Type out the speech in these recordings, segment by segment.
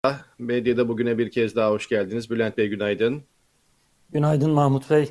Medyada bugüne bir kez daha hoş geldiniz. Bülent Bey günaydın. Günaydın Mahmut Bey.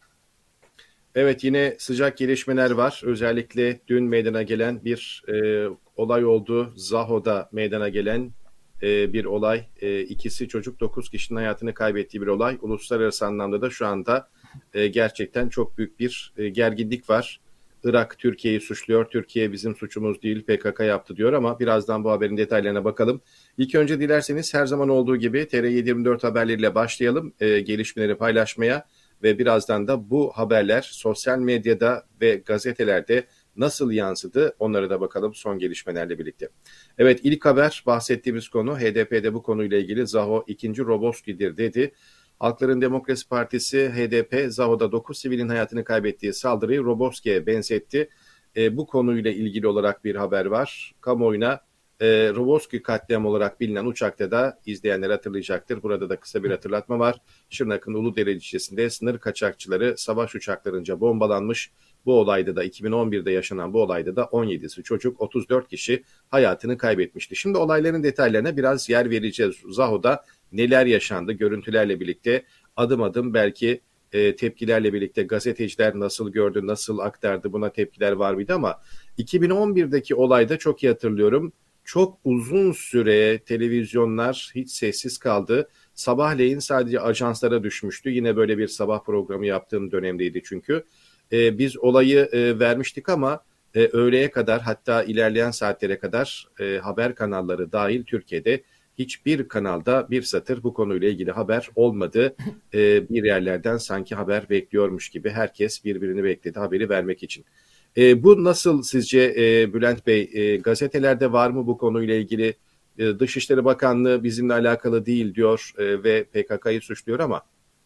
Evet yine sıcak gelişmeler var. Özellikle dün meydana gelen bir olay oldu. Zaho'da meydana gelen bir olay. İkisi çocuk 9 kişinin hayatını kaybettiği bir olay. Uluslararası anlamda da şu anda gerçekten çok büyük bir gerginlik var. Irak Türkiye'yi suçluyor. Türkiye bizim suçumuz değil PKK yaptı diyor ama birazdan bu haberin detaylarına bakalım. İlk önce dilerseniz her zaman olduğu gibi TR724 haberleriyle başlayalım gelişmeleri paylaşmaya ve birazdan da bu haberler sosyal medyada ve gazetelerde nasıl yansıdı onlara da bakalım son gelişmelerle birlikte. Evet ilk haber bahsettiğimiz konu HDP'de bu konuyla ilgili Zaho ikinci Roboski'dir dedi. Halkların Demokrasi Partisi HDP Zaho'da 9 sivilin hayatını kaybettiği saldırıyı Roboski'ye benzetti. Bu konuyla ilgili olarak bir haber var. Kamuoyuna Roboski katliam olarak bilinen uçakta da izleyenler hatırlayacaktır. Burada da kısa bir hatırlatma var. Şırnak'ın Uludere ilçesinde sınır kaçakçıları savaş uçaklarınca bombalanmış. Bu olayda da 2011'de yaşanan bu olayda da 17'si çocuk 34 kişi hayatını kaybetmişti. Şimdi olayların detaylarına biraz yer vereceğiz. Zaho'da neler yaşandı görüntülerle birlikte adım adım belki tepkilerle birlikte gazeteciler nasıl gördü, nasıl aktardı buna tepkiler var mıydı ama 2011'deki olayda çok iyi hatırlıyorum. Çok uzun süre televizyonlar hiç sessiz kaldı. Sabahleyin sadece ajanslara düşmüştü. Yine böyle bir sabah programı yaptığım dönemdeydi çünkü. Biz olayı vermiştik ama öğleye kadar hatta ilerleyen saatlere kadar haber kanalları dahil Türkiye'de hiçbir kanalda bir satır bu konuyla ilgili haber olmadı. Bir yerlerden sanki haber bekliyormuş gibi herkes birbirini bekledi haberi vermek için. Bu nasıl sizce Bülent Bey? Gazetelerde var mı bu konuyla ilgili? Dışişleri Bakanlığı bizimle alakalı değil diyor ve PKK'yı suçluyor ama.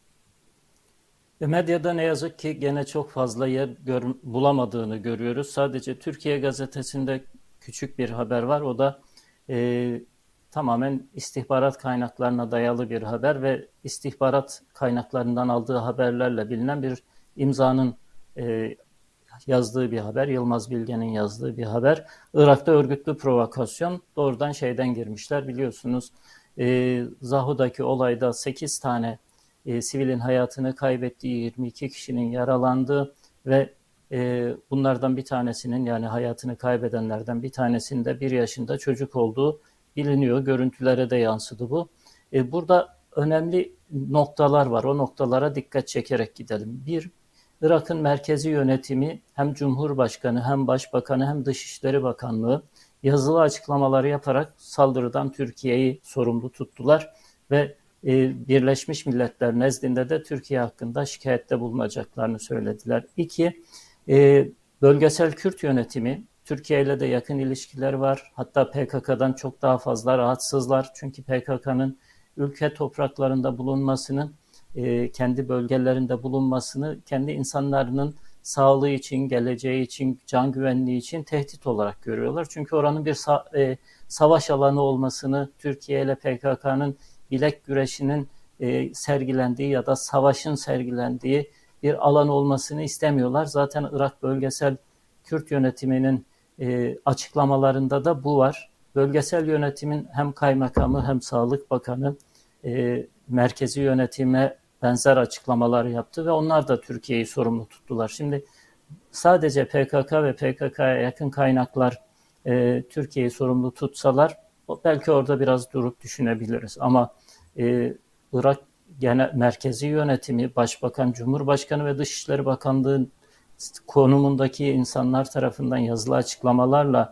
Medyada ne yazık ki gene çok fazla yer bulamadığını görüyoruz. Sadece Türkiye Gazetesi'nde küçük bir haber var. O da e, tamamen istihbarat kaynaklarına dayalı bir haber ve istihbarat kaynaklarından aldığı haberlerle bilinen bir imzanın e, yazdığı bir haber. Yılmaz Bilge'nin yazdığı bir haber. Irak'ta örgütlü provokasyon doğrudan şeyden girmişler. Biliyorsunuz Zaho'daki olayda 8 tane sivilin hayatını kaybettiği, 22 kişinin yaralandığı ve bunlardan bir tanesinin yani hayatını kaybedenlerden bir tanesinin de 1 yaşında çocuk olduğu biliniyor. Görüntülere de yansıdı bu. Burada önemli noktalar var. O noktalara dikkat çekerek gidelim. Bir, Irak'ın merkezi yönetimi hem Cumhurbaşkanı hem Başbakanı hem Dışişleri Bakanlığı yazılı açıklamaları yaparak saldırıdan Türkiye'yi sorumlu tuttular ve Birleşmiş Milletler nezdinde de Türkiye hakkında şikayette bulunacaklarını söylediler. İki, bölgesel Kürt yönetimi, Türkiye ile de yakın ilişkiler var. Hatta PKK'dan çok daha fazla rahatsızlar. Çünkü PKK'nın ülke topraklarında bulunmasını, kendi bölgelerinde bulunmasını, kendi insanlarının sağlığı için, geleceği için, can güvenliği için tehdit olarak görüyorlar. Çünkü oranın bir savaş alanı olmasını, Türkiye ile PKK'nın bilek güreşinin sergilendiği ya da savaşın sergilendiği bir alan olmasını istemiyorlar. Zaten Irak Bölgesel Kürt Yönetimi'nin açıklamalarında da bu var. Bölgesel yönetimin hem kaymakamı hem Sağlık Bakanı merkezi yönetime benzer açıklamalar yaptı ve onlar da Türkiye'yi sorumlu tuttular. Şimdi sadece PKK ve PKK'ya yakın kaynaklar Türkiye'yi sorumlu tutsalar belki orada biraz durup düşünebiliriz. Ama Irak genel merkezi yönetimi, Başbakan, Cumhurbaşkanı ve Dışişleri Bakanlığı konumundaki insanlar tarafından yazılı açıklamalarla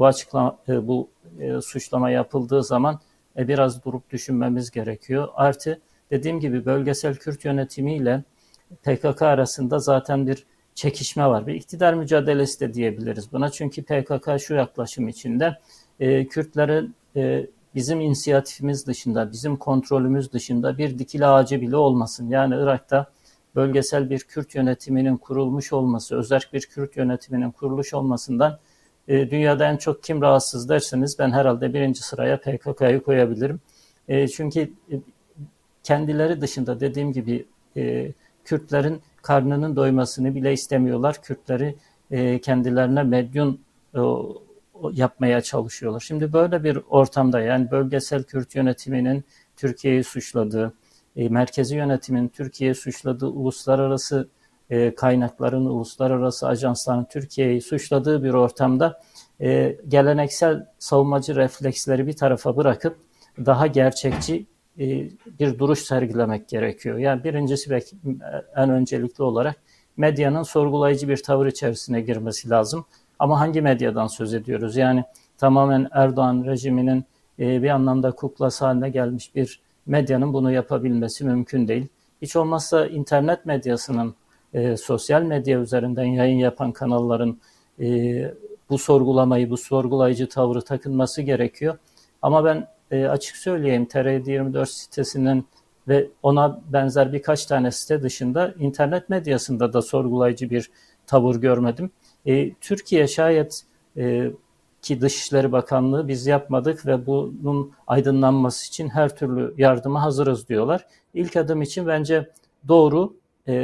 bu suçlama yapıldığı zaman biraz durup düşünmemiz gerekiyor. Artı dediğim gibi bölgesel Kürt yönetimiyle PKK arasında zaten bir çekişme var. Bir iktidar mücadelesi de diyebiliriz buna. Çünkü PKK şu yaklaşım içinde Kürtlerin bizim inisiyatifimiz dışında, bizim kontrolümüz dışında bir dikili ağacı bile olmasın. Yani Irak'ta bölgesel bir Kürt yönetiminin kurulmuş olması, özerk bir Kürt yönetiminin kuruluş olmasından dünyada en çok kim rahatsız derseniz ben herhalde birinci sıraya PKK'yı koyabilirim. Çünkü kendileri dışında dediğim gibi Kürtlerin karnının doymasını bile istemiyorlar. Kürtleri kendilerine medyun yapmaya çalışıyorlar. Şimdi böyle bir ortamda, yani bölgesel Kürt yönetiminin Türkiye'yi suçladığı, merkezi yönetimin Türkiye'yi suçladığı, uluslararası kaynakların, uluslararası ajansların Türkiye'yi suçladığı bir ortamda geleneksel savunmacı refleksleri bir tarafa bırakıp daha gerçekçi bir duruş sergilemek gerekiyor. Yani birincisi ve en öncelikli olarak medyanın sorgulayıcı bir tavır içerisine girmesi lazım. Ama hangi medyadan söz ediyoruz? Yani tamamen Erdoğan rejiminin bir anlamda kuklası haline gelmiş bir medyanın bunu yapabilmesi mümkün değil. Hiç olmazsa internet medyasının, sosyal medya üzerinden yayın yapan kanalların bu sorgulamayı, bu sorgulayıcı tavrı takınması gerekiyor. Ama ben açık söyleyeyim, TR24 sitesinin ve ona benzer birkaç tane site dışında internet medyasında da sorgulayıcı bir tavır görmedim. Türkiye şayet ki Dışişleri Bakanlığı biz yapmadık ve bunun aydınlanması için her türlü yardıma hazırız diyorlar. İlk adım için bence doğru,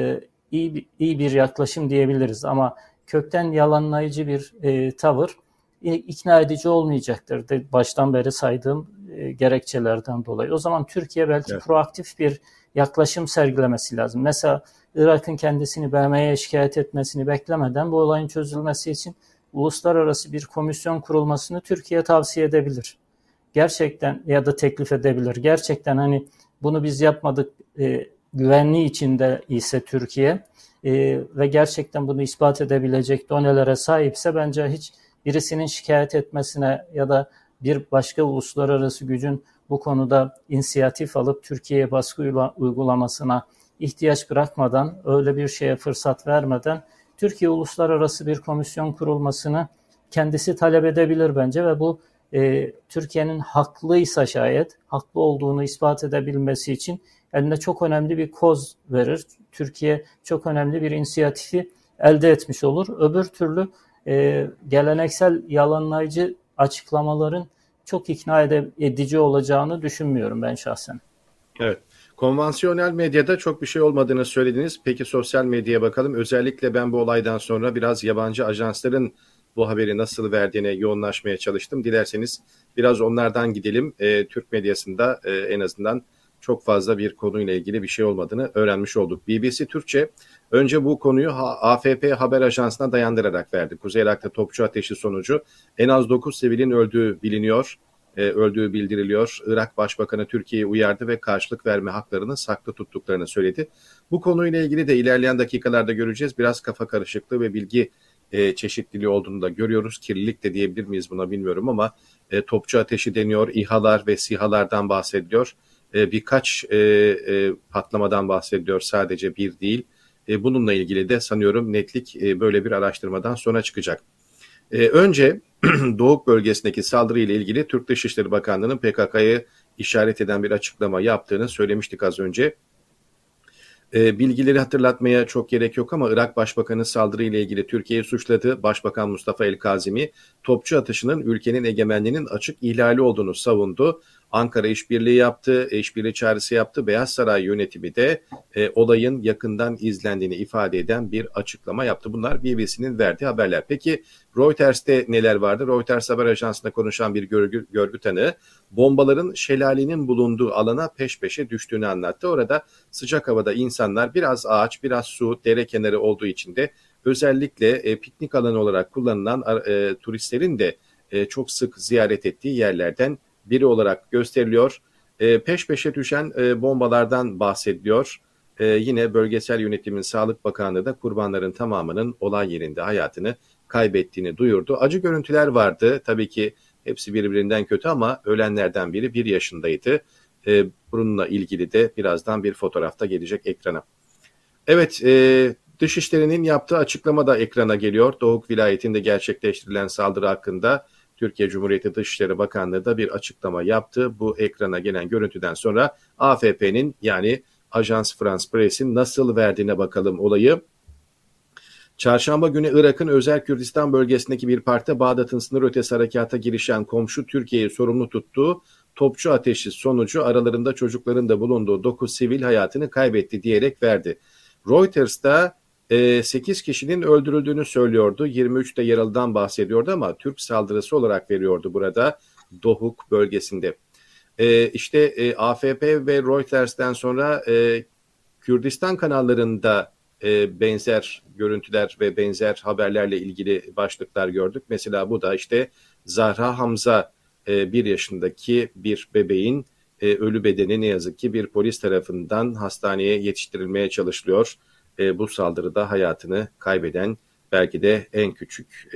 iyi bir yaklaşım diyebiliriz ama kökten yalanlayıcı bir tavır ikna edici olmayacaktır. Baştan beri saydığım gerekçelerden dolayı. O zaman Türkiye belki proaktif bir yaklaşım sergilemesi lazım. Mesela Irak'ın kendisini BM'ye şikayet etmesini beklemeden bu olayın çözülmesi için uluslararası bir komisyon kurulmasını Türkiye tavsiye edebilir. Gerçekten, ya da teklif edebilir. Gerçekten hani bunu biz yapmadık güvenliği içinde ise Türkiye ve gerçekten bunu ispat edebilecek donelere sahipse bence hiç birisinin şikayet etmesine ya da bir başka uluslararası gücün bu konuda inisiyatif alıp Türkiye'ye baskı uygulamasına ihtiyaç bırakmadan, öyle bir şeye fırsat vermeden Türkiye uluslararası bir komisyon kurulmasını kendisi talep edebilir bence ve bu Türkiye'nin haklıysa şayet, haklı olduğunu ispat edebilmesi için eline çok önemli bir koz verir. Türkiye çok önemli bir inisiyatifi elde etmiş olur. Öbür türlü geleneksel yalanlayıcı açıklamaların çok ikna edici olacağını düşünmüyorum ben şahsen. Evet. Konvansiyonel medyada çok bir şey olmadığını söylediniz. Peki sosyal medyaya bakalım. Özellikle ben bu olaydan sonra biraz yabancı ajansların bu haberi nasıl verdiğine yoğunlaşmaya çalıştım. Dilerseniz biraz onlardan gidelim. Türk medyasında en azından çok fazla bir konuyla ilgili bir şey olmadığını öğrenmiş olduk. BBC Türkçe önce bu konuyu AFP Haber Ajansı'na dayandırarak verdi. Kuzey Irak'ta topçu ateşi sonucu en az 9 sivilin öldüğü biliniyor. Öldüğü bildiriliyor. Irak Başbakanı Türkiye'yi uyardı ve karşılık verme haklarını saklı tuttuklarını söyledi. Bu konuyla ilgili de ilerleyen dakikalarda göreceğiz. Biraz kafa karışıklığı ve bilgi çeşitliliği olduğunu da görüyoruz. Kirlilik de diyebilir miyiz buna bilmiyorum ama topçu ateşi deniyor. İHA'lar ve SİHA'lardan bahsediliyor. Birkaç patlamadan bahsediliyor. Sadece bir değil. Bununla ilgili de sanıyorum netlik böyle bir araştırmadan sonra çıkacak. Önce Doğuk bölgesindeki saldırı ile ilgili Türk Dışişleri Bakanlığı'nın PKK'yı işaret eden bir açıklama yaptığını söylemiştik az önce. Bilgileri hatırlatmaya çok gerek yok ama Irak Başbakanı saldırı ile ilgili Türkiye'yi suçladı. Başbakan Mustafa El-Kazimi topçu atışının ülkenin egemenliğinin açık ihlali olduğunu savundu. Ankara işbirliği yaptı, işbirliği çağrısı yaptı. Beyaz Saray yönetimi de olayın yakından izlendiğini ifade eden bir açıklama yaptı. Bunlar BBC'nin verdiği haberler. Peki Reuters'te neler vardı? Reuters haber ajansında konuşan bir görgü tanığı bombaların şelalenin bulunduğu alana peş peşe düştüğünü anlattı. Orada sıcak havada insanlar biraz ağaç, biraz su, dere kenarı olduğu için de özellikle piknik alanı olarak kullanılan turistlerin de çok sık ziyaret ettiği yerlerden biri olarak gösteriliyor. Peş peşe düşen bombalardan bahsediliyor. Yine bölgesel yönetimin Sağlık Bakanlığı da kurbanların tamamının olay yerinde hayatını kaybettiğini duyurdu. Acı görüntüler vardı. Tabii ki hepsi birbirinden kötü ama ölenlerden biri 1 yaşındaydı. Bununla ilgili de birazdan bir fotoğrafta gelecek ekrana. Evet, Dışişleri'nin yaptığı açıklama da ekrana geliyor. Doğuk vilayetinde gerçekleştirilen saldırı hakkında Türkiye Cumhuriyeti Dışişleri Bakanlığı da bir açıklama yaptı. Bu ekrana gelen görüntüden sonra AFP'nin yani Ajans France Presse'in nasıl verdiğine bakalım olayı. Çarşamba günü Irak'ın Özel Kürdistan bölgesindeki bir parkta Bağdat'ın sınır ötesi harekata girişen komşu Türkiye'yi sorumlu tuttuğu topçu ateşi sonucu aralarında çocukların da bulunduğu 9 sivil hayatını kaybetti diyerek verdi. Reuters da 8 kişinin öldürüldüğünü söylüyordu. 23 de yaralıdan bahsediyordu ama Türk saldırısı olarak veriyordu burada Dohuk bölgesinde. İşte AFP ve Reuters'ten sonra Kürdistan kanallarında benzer görüntüler ve benzer haberlerle ilgili başlıklar gördük. Mesela bu da işte Zahra Hamza 1 yaşındaki bir bebeğin ölü bedeni ne yazık ki bir polis tarafından hastaneye yetiştirilmeye çalışılıyor. Bu saldırıda hayatını kaybeden belki de en küçük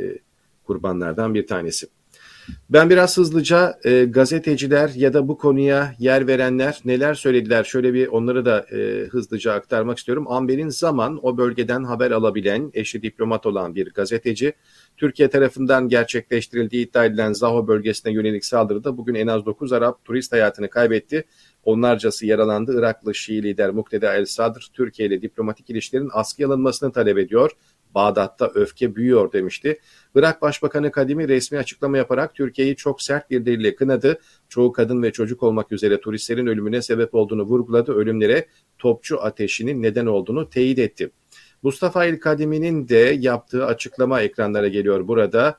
kurbanlardan bir tanesi. Ben biraz hızlıca gazeteciler ya da bu konuya yer verenler neler söylediler şöyle bir onları da hızlıca aktarmak istiyorum. Amber'in Zaman o bölgeden haber alabilen eşi diplomat olan bir gazeteci Türkiye tarafından gerçekleştirildiği iddia edilen Zaho bölgesine yönelik saldırıda bugün en az 9 Arap turist hayatını kaybetti. Onlarcası yaralandı. Iraklı Şii lider Mukteda El Sadr Türkiye ile diplomatik ilişkilerin askıya alınmasını talep ediyor. Bağdat'ta öfke büyüyor demişti. Irak Başbakanı Kadimi resmi açıklama yaparak Türkiye'yi çok sert bir dille kınadı. Çoğu kadın ve çocuk olmak üzere turistlerin ölümüne sebep olduğunu vurguladı. Ölümlere topçu ateşinin neden olduğunu teyit etti. Mustafa El Kadimi'nin de yaptığı açıklama ekranlara geliyor burada.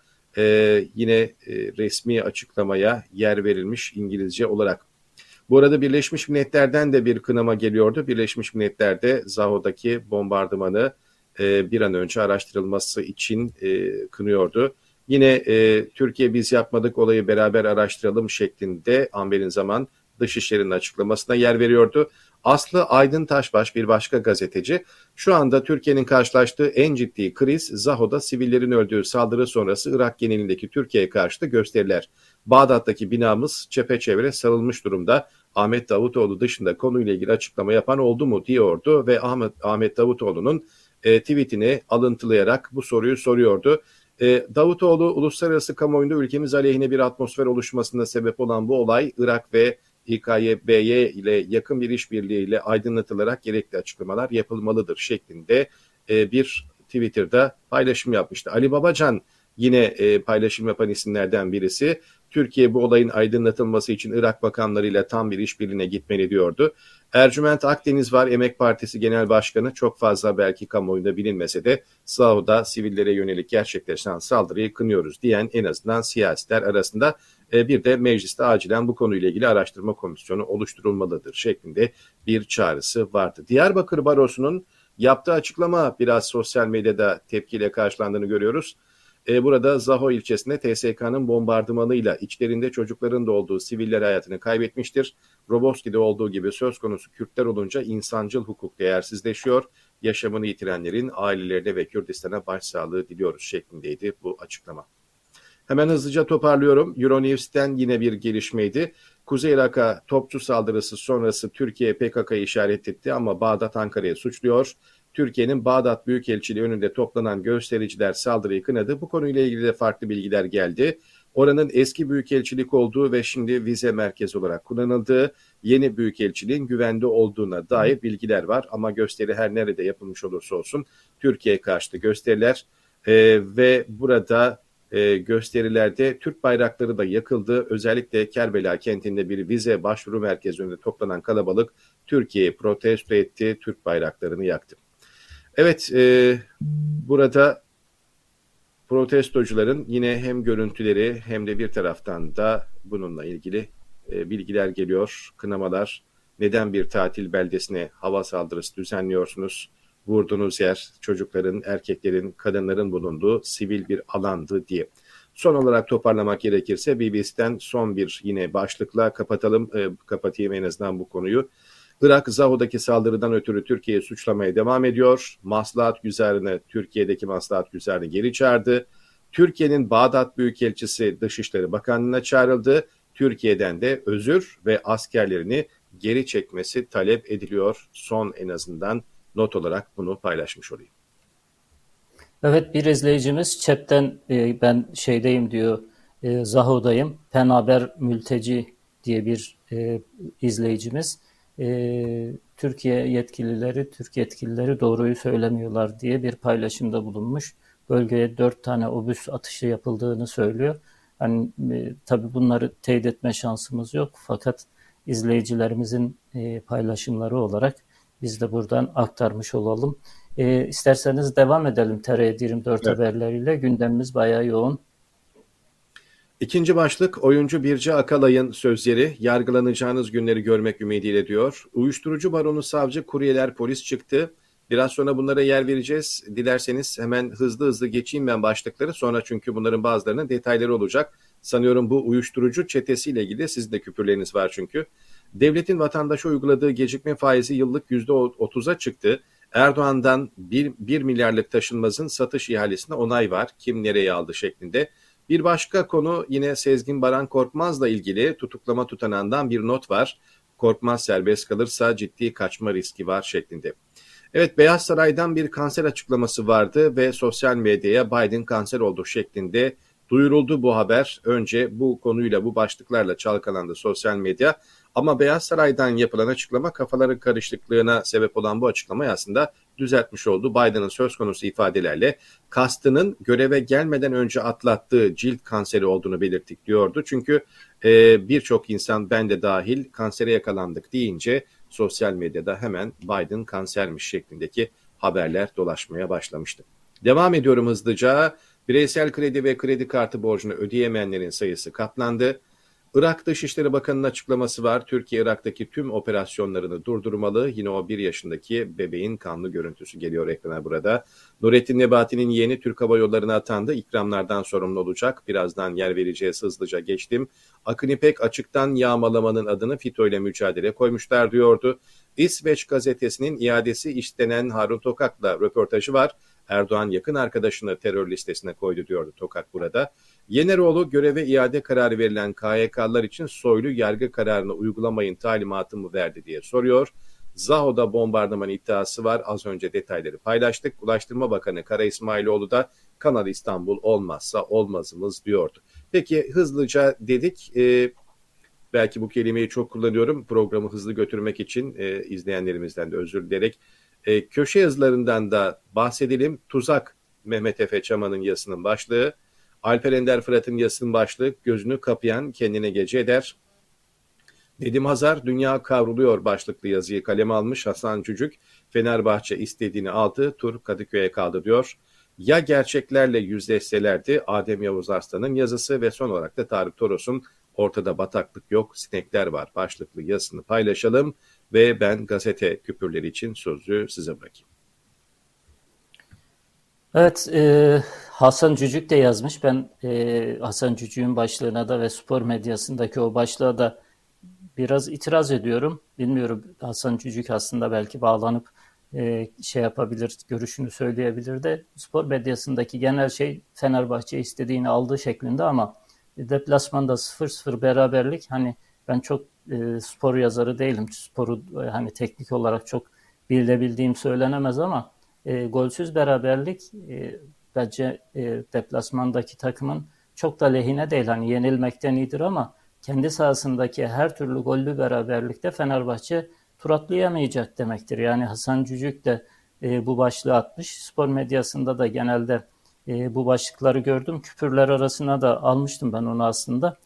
Yine resmi açıklamaya yer verilmiş İngilizce olarak. Bu arada Birleşmiş Milletler'den de bir kınama geliyordu. Birleşmiş Milletler'de Zaho'daki bombardımanı bir an önce araştırılması için kınıyordu. Yine Türkiye biz yapmadık olayı beraber araştıralım şeklinde Amber'in Zaman Dışişleri'nin açıklamasına yer veriyordu. Aslı Aydın Taşbaş bir başka gazeteci şu anda Türkiye'nin karşılaştığı en ciddi kriz Zaho'da sivillerin öldüğü saldırı sonrası Irak genelindeki Türkiye'ye karşı gösteriler. Bağdat'taki binamız çepeçevre sarılmış durumda. Ahmet Davutoğlu dışında konuyla ilgili açıklama yapan oldu mu diyordu ve Ahmet Davutoğlu'nun tweetini alıntılayarak bu soruyu soruyordu. Davutoğlu uluslararası kamuoyunda ülkemiz aleyhine bir atmosfer oluşmasına sebep olan bu olay Irak ve İKYB'ye ile yakın bir işbirliğiyle aydınlatılarak gerekli açıklamalar yapılmalıdır şeklinde bir Twitter'da paylaşım yapmıştı. Ali Babacan yine paylaşım yapan isimlerden birisi. Türkiye bu olayın aydınlatılması için Irak bakanlarıyla tam bir işbirliğine gitmeli diyordu. Ercüment Akdeniz var, Emek Partisi Genel Başkanı çok fazla belki kamuoyunda bilinmese de Zaho'da sivillere yönelik gerçekleşen saldırıyı kınıyoruz diyen en azından siyasiler arasında bir de mecliste acilen bu konuyla ilgili araştırma komisyonu oluşturulmalıdır şeklinde bir çağrısı vardı. Diyarbakır Barosu'nun yaptığı açıklama biraz sosyal medyada tepkiyle karşılandığını görüyoruz. Burada Zaho ilçesinde TSK'nın bombardımanıyla içlerinde çocukların da olduğu siviller hayatını kaybetmiştir. Roboski'de olduğu gibi söz konusu Kürtler olunca insancıl hukuk değersizleşiyor. Yaşamını yitirenlerin ailelerine ve Kürdistan'a başsağlığı diliyoruz şeklindeydi bu açıklama. Hemen hızlıca toparlıyorum. Euronews'ten yine bir gelişmeydi. Kuzey Irak'a topçu saldırısı sonrası Türkiye PKK'yı işaret etti ama Bağdat Ankara'yı suçluyor. Türkiye'nin Bağdat Büyükelçiliği önünde toplanan göstericiler saldırıyı kınadı. Bu konuyla ilgili de farklı bilgiler geldi. Oranın eski büyükelçilik olduğu ve şimdi vize merkezi olarak kullanıldığı yeni büyükelçiliğin güvende olduğuna dair bilgiler var. Ama gösteri her nerede yapılmış olursa olsun Türkiye'ye karşı gösteriler ve burada gösterilerde Türk bayrakları da yakıldı. Özellikle Kerbela kentinde bir vize başvuru merkezi önünde toplanan kalabalık Türkiye'yi protesto etti, Türk bayraklarını yaktı. Evet, burada protestocuların yine hem görüntüleri hem de bir taraftan da bununla ilgili bilgiler geliyor, kınamalar. Neden bir tatil beldesine hava saldırısı düzenliyorsunuz? Vurduğunuz yer çocukların, erkeklerin, kadınların bulunduğu sivil bir alandı diye. Son olarak toparlamak gerekirse BBC'den son bir yine başlıkla kapatayım en azından bu konuyu. Irak Zaho'daki saldırıdan ötürü Türkiye'yi suçlamaya devam ediyor. Türkiye'deki maslahat güzarını geri çağırdı. Türkiye'nin Bağdat Büyükelçisi Dışişleri Bakanlığı'na çağrıldı. Türkiye'den de özür ve askerlerini geri çekmesi talep ediliyor. Son en azından not olarak bunu paylaşmış olayım. Evet, bir izleyicimiz chatten ben şeydeyim diyor, Zaho'dayım. Penaber mülteci diye bir izleyicimiz. Türk yetkilileri doğruyu söylemiyorlar diye bir paylaşımda bulunmuş. Bölgeye 4 tane obüs atışı yapıldığını söylüyor. Hani tabii bunları teyit etme şansımız yok. Fakat izleyicilerimizin paylaşımları olarak biz de buradan aktarmış olalım. İsterseniz devam edelim TR24 Evet. haberleriyle. Gündemimiz bayağı yoğun. İkinci başlık oyuncu Birce Akalay'ın sözleri yargılanacağınız günleri görmek ümidiyle diyor. Uyuşturucu baronu savcı kuryeler polis çıktı. Biraz sonra bunlara yer vereceğiz. Dilerseniz hemen hızlı hızlı geçeyim ben başlıkları. Sonra çünkü bunların bazılarının detayları olacak. Sanıyorum bu uyuşturucu çetesiyle ilgili sizin de küpürleriniz var çünkü. Devletin vatandaşa uyguladığı gecikme faizi yıllık %30'a çıktı. Erdoğan'dan 1 milyarlık taşınmazın satış ihalesine onay var. Kim nereye aldı şeklinde. Bir başka konu yine Sezgin Baran Korkmaz'la ilgili tutuklama tutanağından bir not var. Korkmaz serbest kalırsa ciddi kaçma riski var şeklinde. Evet, Beyaz Saray'dan bir kanser açıklaması vardı ve sosyal medyaya Biden kanser oldu şeklinde duyuruldu bu haber. Önce bu konuyla bu başlıklarla çalkalandı sosyal medya. Ama Beyaz Saray'dan yapılan açıklama kafaların karışıklığına sebep olan bu açıklamayı aslında düzeltmiş oldu. Biden'ın söz konusu ifadelerle kastının göreve gelmeden önce atlattığı cilt kanseri olduğunu belirttik diyordu. Çünkü birçok insan ben de dahil kansere yakalandık deyince sosyal medyada hemen Biden kansermiş şeklindeki haberler dolaşmaya başlamıştı. Devam ediyorum hızlıca. Bireysel kredi ve kredi kartı borcunu ödeyemeyenlerin sayısı katlandı. Irak Dışişleri Bakanı'nın açıklaması var. Türkiye Irak'taki tüm operasyonlarını durdurmalı. Yine o 1 yaşındaki bebeğin kanlı görüntüsü geliyor ekrana burada. Nurettin Nebati'nin yeğeni Türk Hava Yolları'na atandı. İkramlardan sorumlu olacak. Birazdan yer vereceğiz, hızlıca geçtim. Akın İpek açıktan yağmalamanın adını FETÖ ile mücadele koymuşlar diyordu. İsveç gazetesinin iadesi istenen Harun Tokak'la röportajı var. Erdoğan yakın arkadaşını terör listesine koydu diyordu Tokak burada. Yeneroğlu göreve iade kararı verilen KYK'lılar için soylu yargı kararını uygulamayın talimatı mı verdi diye soruyor. Zaho'da bombardıman iddiası var. Az önce detayları paylaştık. Ulaştırma Bakanı Kara İsmailoğlu da Kanal İstanbul olmazsa olmazımız diyordu. Peki hızlıca dedik. Belki bu kelimeyi çok kullanıyorum. Programı hızlı götürmek için izleyenlerimizden de özür dileyerek. Köşe yazılarından da bahsedelim. Tuzak Mehmet Efe Çaman'ın yazısının başlığı. Alper Ender Fırat'ın yazısının başlığı gözünü kapayan kendine gece eder. Nedim Hazar dünya kavruluyor başlıklı yazıyı kaleme almış. Hasan Cücük Fenerbahçe istediğini aldı, tur Kadıköy'e kaldı diyor. Ya gerçeklerle yüzleşselerdi Adem Yavuz Arslan'ın yazısı ve son olarak da Tarık Toros'un ortada bataklık yok sinekler var başlıklı yazısını paylaşalım ve ben gazete küpürleri için sözü size bırakayım. Evet, Hasan Cücük de yazmış. Ben Hasan Cücük'ün başlığına da ve spor medyasındaki o başlığa da biraz itiraz ediyorum. Bilmiyorum, Hasan Cücük aslında belki bağlanıp şey yapabilir, görüşünü söyleyebilir de spor medyasındaki genel şey Fenerbahçe istediğini aldığı şeklinde ama deplasmanda 0-0 beraberlik, hani ben çok spor yazarı değilim. Sporu hani teknik olarak çok bilebildiğim söylenemez ama golsüz beraberlik bence deplasmandaki takımın çok da lehine değil. Hani yenilmekten iyidir ama kendi sahasındaki her türlü gollü beraberlikte Fenerbahçe tur atlayamayacak demektir. Yani Hasan Cücük de bu başlığı atmış. Spor medyasında da genelde bu başlıkları gördüm. Küpürler arasına da almıştım ben onu aslında.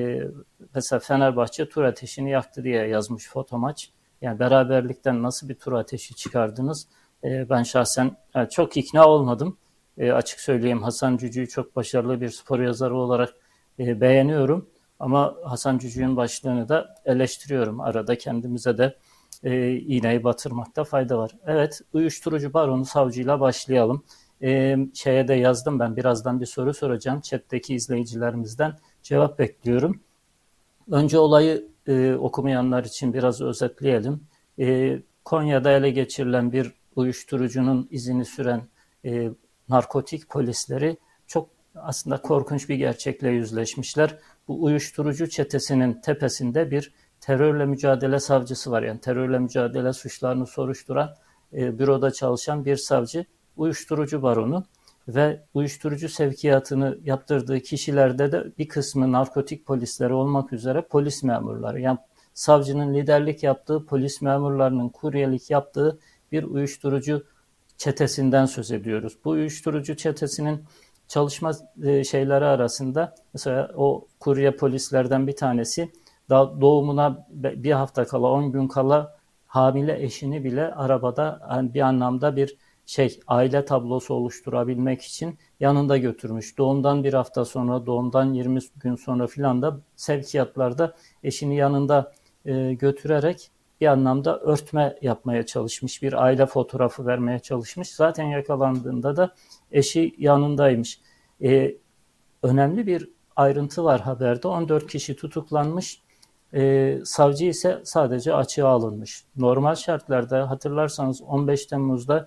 Mesela Fenerbahçe tur ateşini yaktı diye yazmış Fotomaç. Yani beraberlikten nasıl bir tur ateşi çıkardınız? Ben şahsen çok ikna olmadım. Açık söyleyeyim, Hasan Cücük'ü çok başarılı bir spor yazarı olarak beğeniyorum. Ama Hasan Cücük'ün başlığını da eleştiriyorum. Arada kendimize de iğneyi batırmakta fayda var. Evet, uyuşturucu baronu savcıyla başlayalım. Şeye de yazdım, ben birazdan bir soru soracağım. Chat'teki izleyicilerimizden cevap bekliyorum. Önce olayı okumayanlar için biraz özetleyelim. Konya'da ele geçirilen bir uyuşturucunun izini süren narkotik polisleri çok aslında korkunç bir gerçekle yüzleşmişler. Bu uyuşturucu çetesinin tepesinde bir terörle mücadele savcısı var. Yani terörle mücadele suçlarını soruşturan büroda çalışan bir savcı, uyuşturucu baronu ve uyuşturucu sevkiyatını yaptırdığı kişilerde de bir kısmı narkotik polisleri olmak üzere polis memurları. Yani savcının liderlik yaptığı, polis memurlarının kuryelik yaptığı bir uyuşturucu çetesinden söz ediyoruz. Bu uyuşturucu çetesinin çalışma şeyleri arasında mesela o kurye polislerden bir tanesi doğumuna bir hafta kala, 10 gün kala hamile eşini bile arabada bir anlamda bir aile tablosu oluşturabilmek için yanında götürmüş. Doğumdan bir hafta sonra, doğumdan 20 gün sonra filan da sevkiyatlarda eşini yanında götürerek bir anlamda örtme yapmaya çalışmış. Bir aile fotoğrafı vermeye çalışmış. Zaten yakalandığında da eşi yanındaymış. Önemli bir ayrıntı var haberde. 14 kişi tutuklanmış. Savcı ise sadece açığa alınmış. Normal şartlarda hatırlarsanız 15 Temmuz'da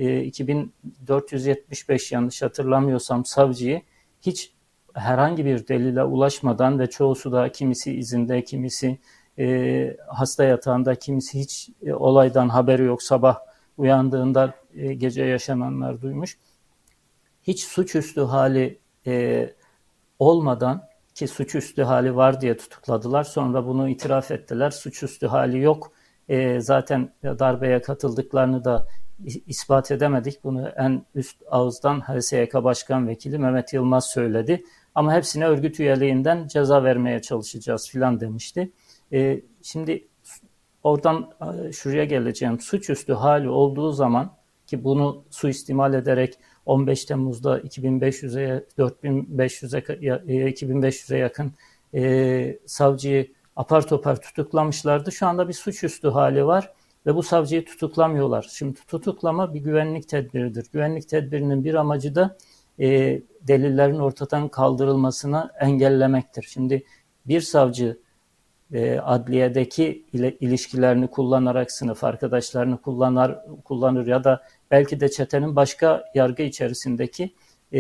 2475 yanlış hatırlamıyorsam savcıyı hiç herhangi bir delile ulaşmadan ve çoğusu da kimisi izinde, kimisi hasta yatağında, kimisi hiç olaydan haberi yok, sabah uyandığında gece yaşananlar duymuş. Hiç suçüstü hali olmadan, ki suçüstü hali var diye tutukladılar. Sonra bunu itiraf ettiler. Suçüstü hali yok. Zaten darbeye katıldıklarını da ispat edemedik. Bunu en üst ağızdan HSYK Başkan Vekili Mehmet Yılmaz söyledi. Ama hepsine örgüt üyeliğinden ceza vermeye çalışacağız filan demişti. Şimdi oradan şuraya geleceğim. Suçüstü hali olduğu zaman, ki bunu suistimal ederek 15 Temmuz'da 2500'e 2500'e yakın savcıyı apar topar tutuklamışlardı. Şu anda bir suçüstü hali var ve bu savcıyı tutuklamıyorlar. Şimdi tutuklama bir güvenlik tedbiridir. Güvenlik tedbirinin bir amacı da delillerin ortadan kaldırılmasını engellemektir. Şimdi bir savcı adliyedeki ilişkilerini kullanarak sınıf arkadaşlarını kullanır ya da belki de çetenin başka yargı içerisindeki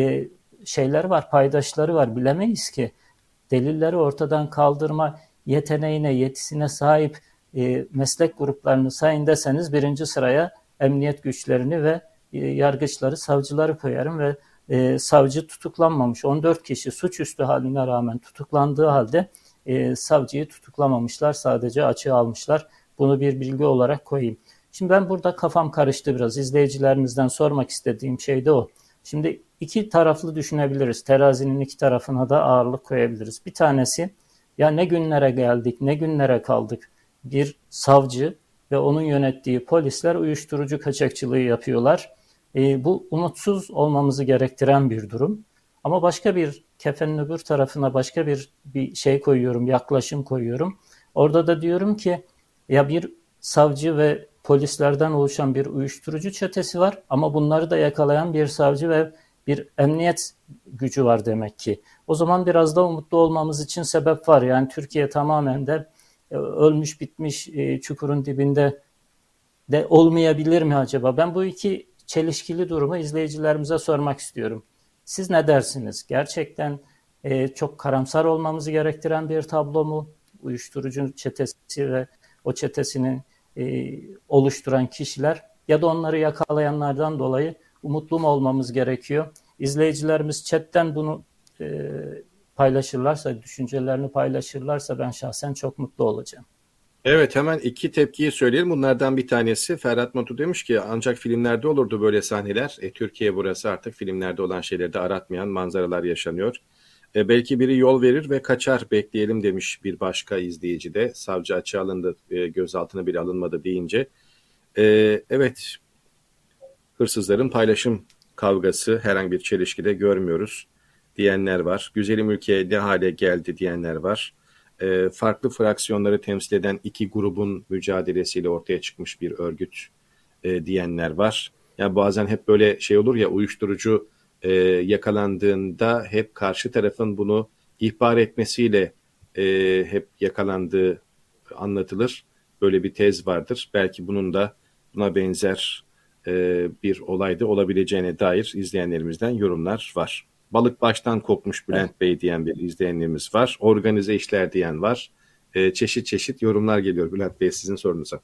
şeyler var, paydaşları var. Bilemeyiz ki delilleri ortadan kaldırma yeteneğine, yetisine sahip meslek gruplarını sayın deseniz birinci sıraya emniyet güçlerini ve yargıçları, savcıları koyarım ve savcı tutuklanmamış. 14 kişi suçüstü haline rağmen tutuklandığı halde savcıyı tutuklamamışlar, sadece açığa almışlar. Bunu bir bilgi olarak koyayım. Şimdi ben burada kafam karıştı biraz. İzleyicilerimizden sormak istediğim şey de o. Şimdi iki taraflı düşünebiliriz. Terazinin iki tarafına da ağırlık koyabiliriz. Bir tanesi, ya ne günlere geldik, ne günlere kaldık. Bir savcı ve onun yönettiği polisler uyuşturucu kaçakçılığı yapıyorlar. Bu umutsuz olmamızı gerektiren bir durum. Ama başka bir kefenin öbür tarafına başka bir şey koyuyorum, yaklaşım koyuyorum. Orada da diyorum ki ya bir savcı ve polislerden oluşan bir uyuşturucu çetesi var ama bunları da yakalayan bir savcı ve bir emniyet gücü var demek ki. O zaman biraz da umutlu olmamız için sebep var. Yani Türkiye tamamen de ölmüş bitmiş çukurun dibinde de olmayabilir mi acaba? Ben bu iki çelişkili durumu izleyicilerimize sormak istiyorum. Siz ne dersiniz? Gerçekten çok karamsar olmamızı gerektiren bir tablo mu? Uyuşturucu çetesi ve o çetesini oluşturan kişiler ya da onları yakalayanlardan dolayı umutlu mu olmamız gerekiyor? İzleyicilerimiz chatten bunu paylaşırlarsa, düşüncelerini paylaşırlarsa ben şahsen çok mutlu olacağım. Evet, hemen iki tepkiyi söyleyelim. Bunlardan bir tanesi Ferhat Matu demiş ki ancak filmlerde olurdu böyle sahneler. Türkiye burası, artık filmlerde olan şeyleri de aratmayan manzaralar yaşanıyor. Belki biri yol verir ve kaçar, bekleyelim demiş bir başka izleyici de. Savcı açığa alındı, gözaltına bile alınmadı deyince. Evet, hırsızların paylaşım kavgası, herhangi bir çelişkide görmüyoruz diyenler var. Güzelim ülke ne hale geldi diyenler var. Farklı fraksiyonları temsil eden iki grubun mücadelesiyle ortaya çıkmış bir örgüt diyenler var. Yani bazen hep böyle şey olur ya, uyuşturucu yakalandığında hep karşı tarafın bunu ihbar etmesiyle hep yakalandığı anlatılır. Böyle bir tez vardır. Belki bunun da buna benzer bir olayda olabileceğine dair izleyenlerimizden yorumlar var. Balık baştan kokmuş Bülent Bey diyen bir izleyenlerimiz var. Organize işler diyen var. Çeşit çeşit yorumlar geliyor Bülent Bey sizin sorunuza.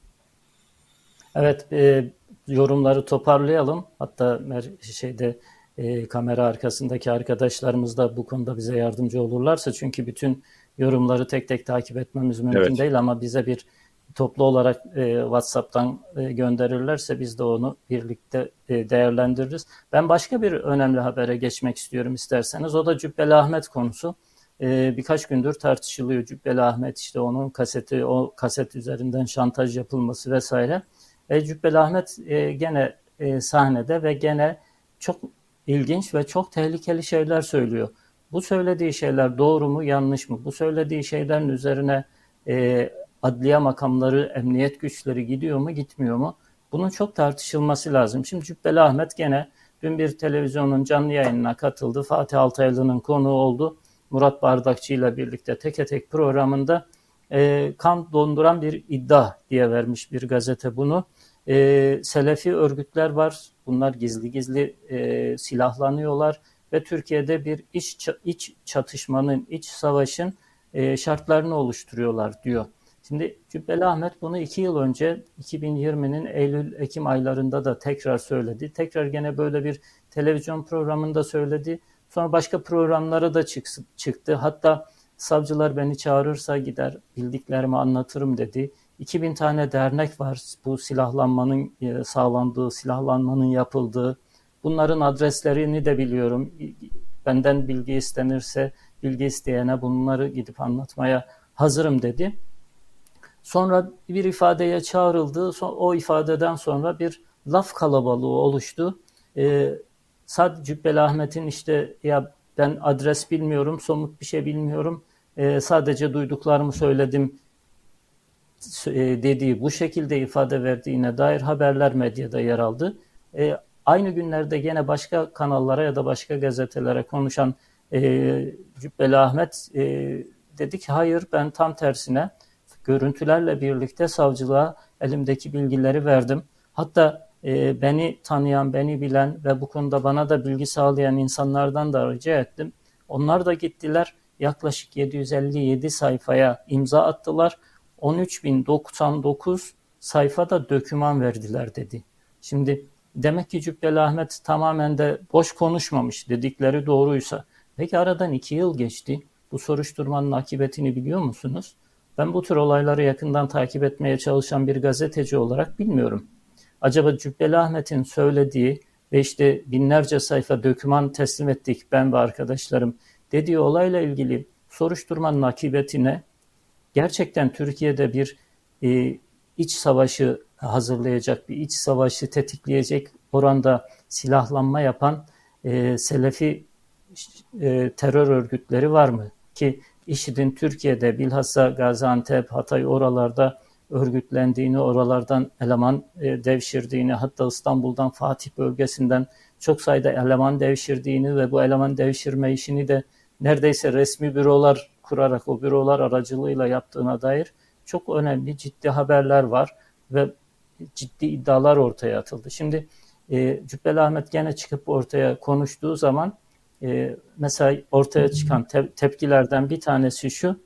Evet, yorumları toparlayalım. Hatta kamera arkasındaki arkadaşlarımız da bu konuda bize yardımcı olurlarsa, çünkü bütün yorumları tek tek takip etmemiz mümkün değil ama bize bir toplu olarak WhatsApp'tan gönderirlerse biz de onu birlikte değerlendiririz. Ben başka bir önemli habere geçmek istiyorum isterseniz. O da Cübbeli Ahmet konusu. Birkaç gündür tartışılıyor Cübbeli Ahmet, işte onun kaseti, o kaset üzerinden şantaj yapılması vesaire. Cübbeli Ahmet gene sahnede ve gene çok ilginç ve çok tehlikeli şeyler söylüyor. Bu söylediği şeyler doğru mu, yanlış mı? Bu söylediği şeylerin üzerine adliye makamları, emniyet güçleri gidiyor mu, gitmiyor mu? Bunun çok tartışılması lazım. Şimdi Cübbeli Ahmet gene dün bir televizyonun canlı yayınına katıldı. Fatih Altaylı'nın konuğu oldu. Murat Bardakçı ile birlikte Teke Tek programında kan donduran bir iddia diye vermiş bir gazete bunu. Selefi örgütler var. Bunlar gizli gizli silahlanıyorlar ve Türkiye'de bir iç çatışmanın, iç savaşın şartlarını oluşturuyorlar diyor. Şimdi Cübbeli Ahmet bunu 2 yıl önce 2020'nin Eylül-Ekim aylarında da tekrar söyledi. Tekrar gene böyle bir televizyon programında söyledi. Sonra başka programlara da çıktı. Hatta savcılar beni çağırırsa gider bildiklerimi anlatırım dedi. 2000 tane dernek var bu silahlanmanın sağlandığı, silahlanmanın yapıldığı. Bunların adreslerini de biliyorum. Benden bilgi istenirse bilgi isteyene bunları gidip anlatmaya hazırım dedi. Sonra bir ifadeye çağrıldı. O ifadeden sonra bir laf kalabalığı oluştu. Sadece Cübbeli Ahmet'in işte ya ben adres bilmiyorum, somut bir şey bilmiyorum, sadece duyduklarımı söyledim dediği, bu şekilde ifade verdiğine dair haberler medyada yer aldı. Aynı günlerde gene başka kanallara ya da başka gazetelere konuşan Cübbeli Ahmet dedi ki hayır, ben tam tersine görüntülerle birlikte savcılığa elimdeki bilgileri verdim. Hatta beni tanıyan, beni bilen ve bu konuda bana da bilgi sağlayan insanlardan da rica ettim. Onlar da gittiler, yaklaşık 757 sayfaya imza attılar. 13.099 sayfada döküman verdiler dedi. Şimdi demek ki Cübbeli Ahmet tamamen de boş konuşmamış, dedikleri doğruysa. Peki aradan 2 yıl geçti. Bu soruşturmanın akıbetini biliyor musunuz? Ben bu tür olayları yakından takip etmeye çalışan bir gazeteci olarak bilmiyorum. Acaba Cübbeli Ahmet'in söylediği ve işte binlerce sayfa döküman teslim ettik ben ve arkadaşlarım dediği olayla ilgili soruşturmanın akıbetine, gerçekten Türkiye'de bir iç savaşı hazırlayacak, bir iç savaşı tetikleyecek oranda silahlanma yapan Selefi terör örgütleri var mı? Ki IŞİD'in Türkiye'de bilhassa Gaziantep, Hatay oralarda örgütlendiğini, oralardan eleman devşirdiğini, hatta İstanbul'dan Fatih bölgesinden çok sayıda eleman devşirdiğini ve bu eleman devşirme işini de neredeyse resmi bürolar kurarak o bürolar aracılığıyla yaptığına dair çok önemli, ciddi haberler var ve ciddi iddialar ortaya atıldı. Şimdi Cübbeli Ahmet gene çıkıp ortaya konuştuğu zaman mesela ortaya çıkan tepkilerden bir tanesi şu: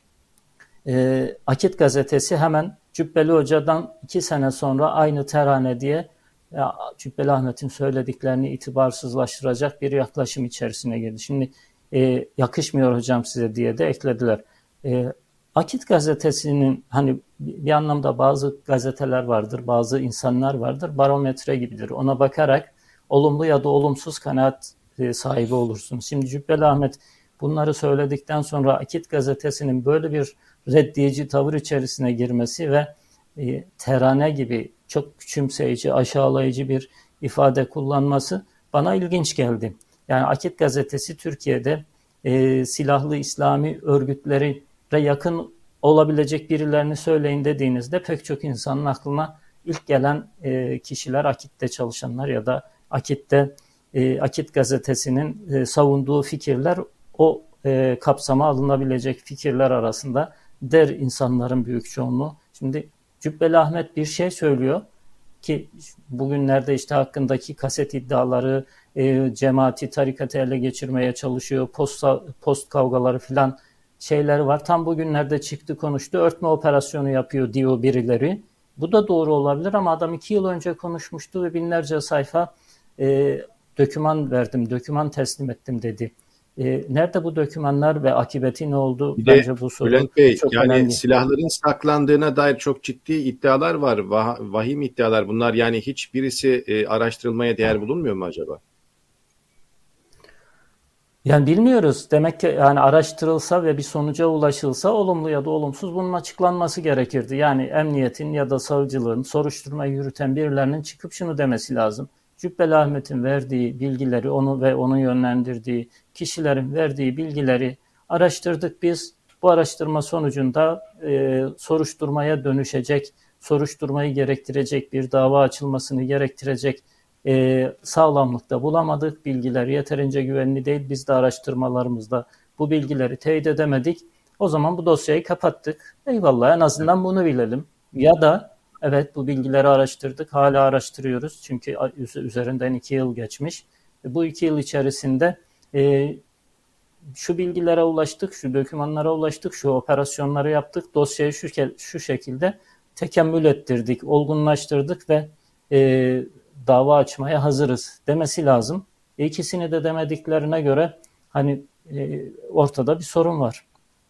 Akit gazetesi hemen Cübbeli Hoca'dan 2 sene sonra aynı terane diye Cübbeli Ahmet'in söylediklerini itibarsızlaştıracak bir yaklaşım içerisine girdi. Şimdi yakışmıyor hocam size diye de eklediler. Akit gazetesinin hani bir anlamda bazı gazeteler vardır, bazı insanlar vardır, barometre gibidir. Ona bakarak olumlu ya da olumsuz kanaat sahibi olursunuz. Şimdi Cübbeli Ahmet bunları söyledikten sonra Akit gazetesinin böyle bir reddiyici tavır içerisine girmesi ve terane gibi çok küçümseyici, aşağılayıcı bir ifade kullanması bana ilginç geldi. Yani Akit gazetesi Türkiye'de silahlı İslami örgütlere yakın olabilecek birilerini söyleyin dediğinizde pek çok insanın aklına ilk gelen kişiler Akit'te çalışanlar ya da Akit gazetesinin savunduğu fikirler o kapsama alınabilecek fikirler arasında der insanların büyük çoğunluğu. Şimdi Cübbeli Ahmet bir şey söylüyor ki bugünlerde işte hakkındaki kaset iddiaları, cemaati, tarikatı ele geçirmeye çalışıyor, post kavgaları filan şeyler var. Tam bugünlerde çıktı konuştu, örtme operasyonu yapıyor diyor birileri. Bu da doğru olabilir ama adam 2 yıl önce konuşmuştu ve binlerce sayfa döküman verdim, döküman teslim ettim dedi. Nerede bu dökümanlar ve akıbeti ne oldu? Bir Bence de bu soru Bülent Bey, çok yani önemli. silahların saklandığına dair çok ciddi iddialar var. Vahim iddialar bunlar. Yani hiçbirisi araştırılmaya değer bulunmuyor mu acaba? Yani bilmiyoruz. Demek ki yani araştırılsa ve bir sonuca ulaşılsa olumlu ya da olumsuz bunun açıklanması gerekirdi. Yani emniyetin ya da savcılığın soruşturmayı yürüten birilerinin çıkıp şunu demesi lazım. Cübbeli Ahmet'in verdiği bilgileri, onu ve onu yönlendirdiği kişilerin verdiği bilgileri araştırdık biz. Bu araştırma sonucunda soruşturmaya dönüşecek, soruşturmayı gerektirecek, bir dava açılmasını gerektirecek sağlamlıkta bulamadık. Bilgiler yeterince güvenli değil. Biz de araştırmalarımızda bu bilgileri teyit edemedik. O zaman bu dosyayı kapattık. Eyvallah, en azından bunu bilelim. Ya da evet, bu bilgileri araştırdık. Hala araştırıyoruz. Çünkü üzerinden 2 yıl geçmiş. Bu 2 yıl içerisinde e, şu bilgilere ulaştık, şu dokümanlara ulaştık, şu operasyonları yaptık. Dosyayı şu şekilde tekemmül ettirdik, olgunlaştırdık ve e, dava açmaya hazırız demesi lazım. İkisini de demediklerine göre hani ortada bir sorun var.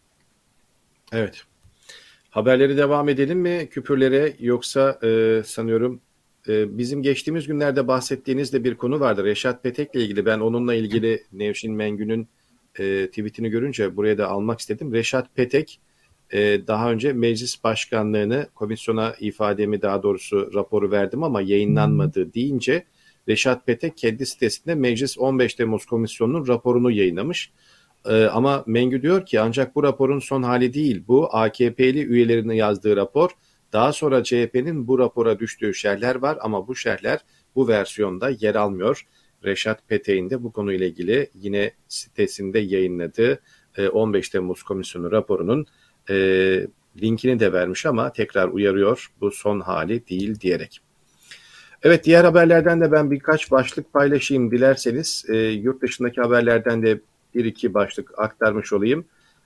Evet. Haberleri devam edelim mi küpürlere, yoksa sanıyorum bizim geçtiğimiz günlerde bahsettiğiniz de bir konu vardı. Reşat Petek'le ilgili, ben onunla ilgili Nevşin Mengü'nün tweetini görünce buraya da almak istedim. Reşat Petek daha önce meclis başkanlığını, komisyona ifademi, daha doğrusu raporu verdim ama yayınlanmadı deyince Reşat Petek kendi sitesinde Meclis 15 Temmuz Komisyonu'nun raporunu yayınlamış. Ama Mengü diyor ki ancak bu raporun son hali değil. Bu AKP'li üyelerinin yazdığı rapor. Daha sonra CHP'nin bu rapora düştüğü şerhler var ama bu şerhler bu versiyonda yer almıyor. Reşat Petek'in de bu konuyla ilgili yine sitesinde yayınladığı 15 Temmuz Komisyonu raporunun e, linkini de vermiş ama tekrar uyarıyor, bu son hali değil diyerek. Evet, diğer haberlerden de ben birkaç başlık paylaşayım dilerseniz. Yurt dışındaki haberlerden de bir iki başlık aktarmış olayım.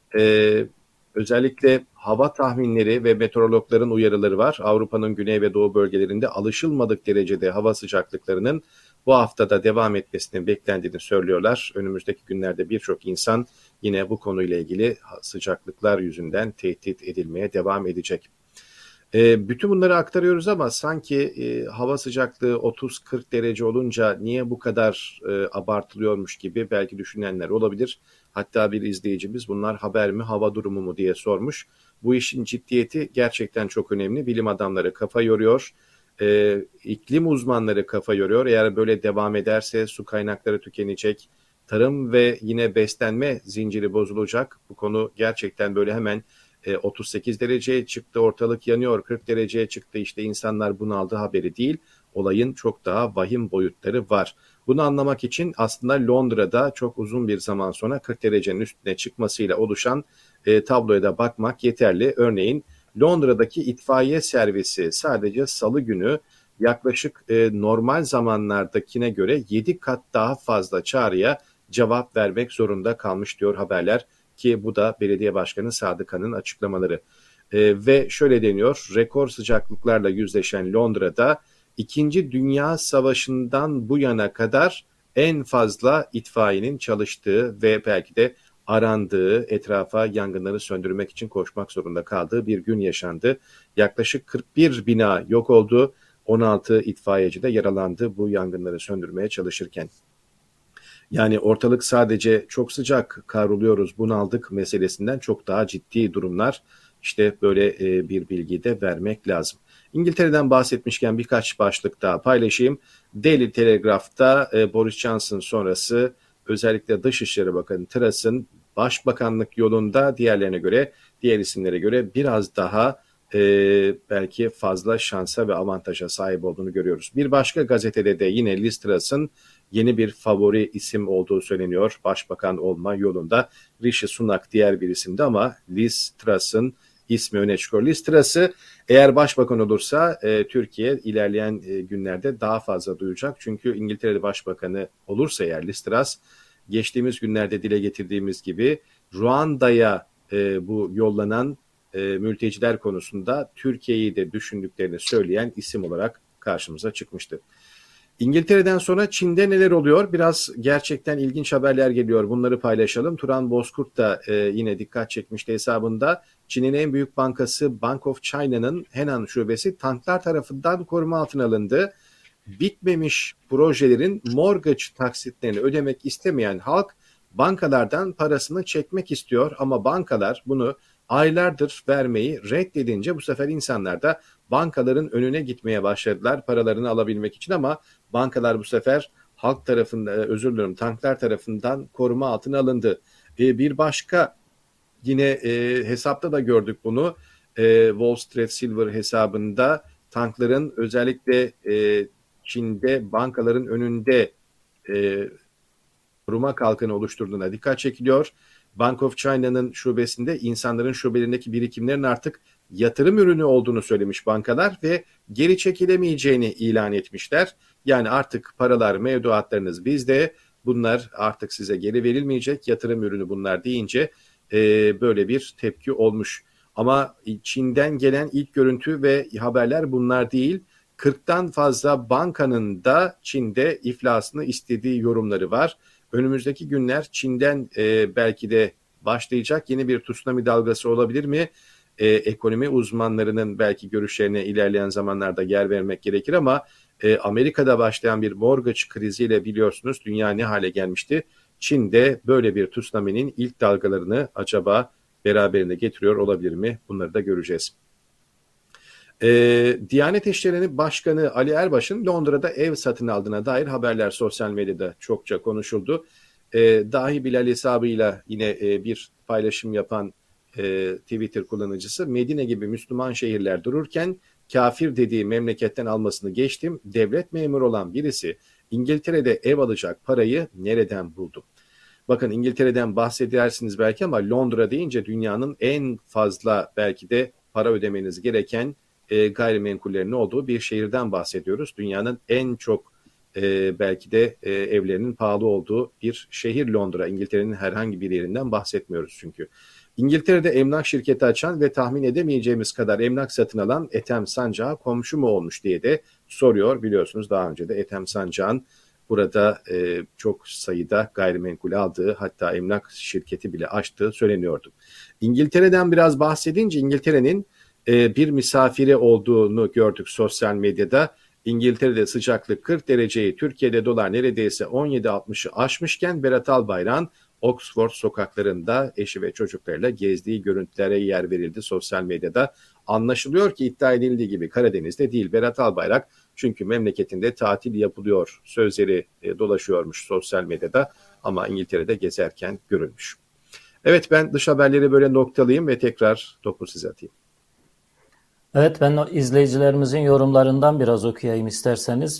Özellikle hava tahminleri ve meteorologların uyarıları var. Avrupa'nın güney ve doğu bölgelerinde alışılmadık derecede hava sıcaklıklarının bu haftada devam etmesinin beklendiğini söylüyorlar. Önümüzdeki günlerde birçok insan yine bu konuyla ilgili sıcaklıklar yüzünden tehdit edilmeye devam edecek. Bütün bunları aktarıyoruz ama sanki hava sıcaklığı 30-40 derece olunca niye bu kadar abartılıyormuş gibi belki düşünenler olabilir. Hatta bir izleyicimiz bunlar haber mi, hava durumu mu diye sormuş. Bu işin ciddiyeti gerçekten çok önemli. Bilim adamları kafa yoruyor. İklim uzmanları kafa yoruyor. Eğer böyle devam ederse su kaynakları tükenecek. Tarım ve yine beslenme zinciri bozulacak. Bu konu gerçekten böyle hemen 38 dereceye çıktı, ortalık yanıyor, 40 dereceye çıktı, işte insanlar bunaldı haberi değil. Olayın çok daha vahim boyutları var. Bunu anlamak için aslında Londra'da çok uzun bir zaman sonra 40 derecenin üstüne çıkmasıyla oluşan tabloya da bakmak yeterli. Örneğin Londra'daki itfaiye servisi sadece salı günü yaklaşık normal zamanlardakine göre 7 kat daha fazla çağrıya cevap vermek zorunda kalmış diyor haberler. Ki bu da belediye başkanı Sadıka'nın açıklamaları. Ve şöyle deniyor, rekor sıcaklıklarla yüzleşen Londra'da 2. Dünya Savaşı'ndan bu yana kadar en fazla itfaiyenin çalıştığı ve belki de arandığı, etrafa yangınları söndürmek için koşmak zorunda kaldığı bir gün yaşandı. Yaklaşık 41 bina yok oldu, 16 itfaiyeci de yaralandı bu yangınları söndürmeye çalışırken. Yani ortalık sadece çok sıcak, kavruluyoruz, bunaldık meselesinden çok daha ciddi durumlar. İşte böyle bir bilgi de vermek lazım. İngiltere'den bahsetmişken birkaç başlık daha paylaşayım. Daily Telegraph'ta Boris Johnson sonrası özellikle Dışişleri Bakanı Truss'ın başbakanlık yolunda diğerlerine göre, diğer isimlere göre biraz daha belki fazla şansa ve avantaja sahip olduğunu görüyoruz. Bir başka gazetede de yine Liz Truss'ın yeni bir favori isim olduğu söyleniyor başbakan olma yolunda. Rishi Sunak diğer bir isimdi ama Liz Truss'ın ismi öne çıkıyor. Liz Truss'ı eğer başbakan olursa Türkiye ilerleyen günlerde daha fazla duyacak. Çünkü İngiltere Başbakanı olursa eğer Liz Truss, geçtiğimiz günlerde dile getirdiğimiz gibi Ruanda'ya bu yollanan mülteciler konusunda Türkiye'yi de düşündüklerini söyleyen isim olarak karşımıza çıkmıştı. İngiltere'den sonra Çin'de neler oluyor? Biraz gerçekten ilginç haberler geliyor. Bunları paylaşalım. Turan Bozkurt da yine dikkat çekmişti hesabında. Çin'in en büyük bankası Bank of China'nın Henan şubesi tanklar tarafından koruma altına alındı. Bitmemiş projelerin mortgage taksitlerini ödemek istemeyen halk bankalardan parasını çekmek istiyor ama bankalar bunu aylardır vermeyi reddedince bu sefer insanlar da bankaların önüne gitmeye başladılar paralarını alabilmek için ama bankalar bu sefer halk tarafından, özür dilerim, tanklar tarafından koruma altına alındı. Bir başka yine hesapta da gördük bunu. Wall Street Silver hesabında tankların özellikle Çin'de bankaların önünde e, koruma kalkanı oluşturduğuna dikkat çekiliyor. Bank of China'nın şubesinde insanların şubelerindeki birikimlerin artık yatırım ürünü olduğunu söylemiş bankalar ve geri çekilemeyeceğini ilan etmişler. Yani artık paralar, mevduatlarınız bizde, bunlar artık size geri verilmeyecek, yatırım ürünü bunlar deyince böyle bir tepki olmuş. Ama Çin'den gelen ilk görüntü ve haberler bunlar değil. 40'tan fazla bankanın da Çin'de iflasını istediği yorumları var. Önümüzdeki günler Çin'den belki de başlayacak yeni bir tsunami dalgası olabilir mi? Ekonomi uzmanlarının belki görüşlerine ilerleyen zamanlarda yer vermek gerekir ama Amerika'da başlayan bir mortgage kriziyle biliyorsunuz dünya ne hale gelmişti? Çin'de böyle bir tsunami'nin ilk dalgalarını acaba beraberinde getiriyor olabilir mi? Bunları da göreceğiz. Diyanet İşleri Başkanı Ali Erbaş'ın Londra'da ev satın aldığına dair haberler sosyal medyada çokça konuşuldu. Dahi Bilal hesabıyla yine bir paylaşım yapan Twitter kullanıcısı, Medine gibi Müslüman şehirler dururken kafir dediği memleketten almasını geçtim, devlet memuru olan birisi İngiltere'de ev alacak parayı nereden buldu? Bakın, İngiltere'den bahsedersiniz belki ama Londra deyince dünyanın en fazla belki de para ödemeniz gereken gayrimenkullerin olduğu bir şehirden bahsediyoruz. Dünyanın en çok belki de evlerinin pahalı olduğu bir şehir Londra. İngiltere'nin herhangi bir yerinden bahsetmiyoruz çünkü. İngiltere'de emlak şirketi açan ve tahmin edemeyeceğimiz kadar emlak satın alan Ethem Sancak'a komşu mu olmuş diye de soruyor. Biliyorsunuz daha önce de Ethem Sancak'ın burada çok sayıda gayrimenkul aldığı, hatta emlak şirketi bile açtığı söyleniyordu. İngiltere'den biraz bahsedince İngiltere'nin bir misafiri olduğunu gördük sosyal medyada. İngiltere'de sıcaklık 40 dereceyi, Türkiye'de dolar neredeyse 17.60'ı aşmışken Berat Albayrak'ın Oxford sokaklarında eşi ve çocuklarıyla gezdiği görüntülere yer verildi sosyal medyada. Anlaşılıyor ki iddia edildiği gibi Karadeniz'de değil Berat Albayrak, çünkü memleketinde tatil yapılıyor sözleri dolaşıyormuş sosyal medyada ama İngiltere'de gezerken görülmüş. Evet, ben dış haberleri böyle noktalayayım ve tekrar topu size atayım. Evet, ben o izleyicilerimizin yorumlarından biraz okuyayım isterseniz.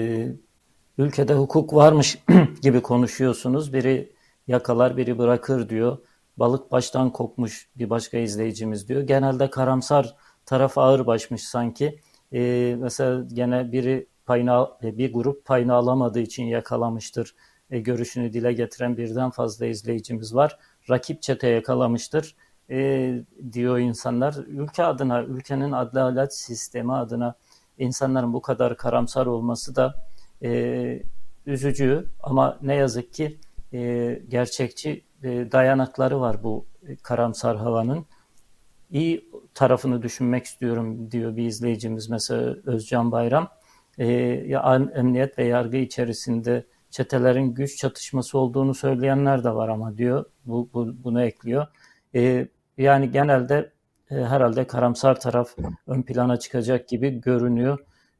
Ülkede hukuk varmış gibi konuşuyorsunuz. Biri yakalar, biri bırakır diyor. Balık baştan kokmuş bir başka izleyicimiz diyor. Genelde karamsar taraf ağır başmış sanki. Mesela gene bir grup payını alamadığı için yakalamıştır. Görüşünü dile getiren birden fazla izleyicimiz var. Rakip çete yakalamıştır diyor insanlar. Ülke adına, ülkenin adalet sistemi adına insanların bu kadar karamsar olması da üzücü ama ne yazık ki gerçekçi dayanakları var bu karamsar havanın. İyi tarafını düşünmek istiyorum diyor bir izleyicimiz, mesela Özcan Bayram. Ya emniyet ve yargı içerisinde çetelerin güç çatışması olduğunu söyleyenler de var ama diyor, bunu ekliyor. Yani genelde herhalde karamsar taraf ön plana çıkacak gibi görünüyor.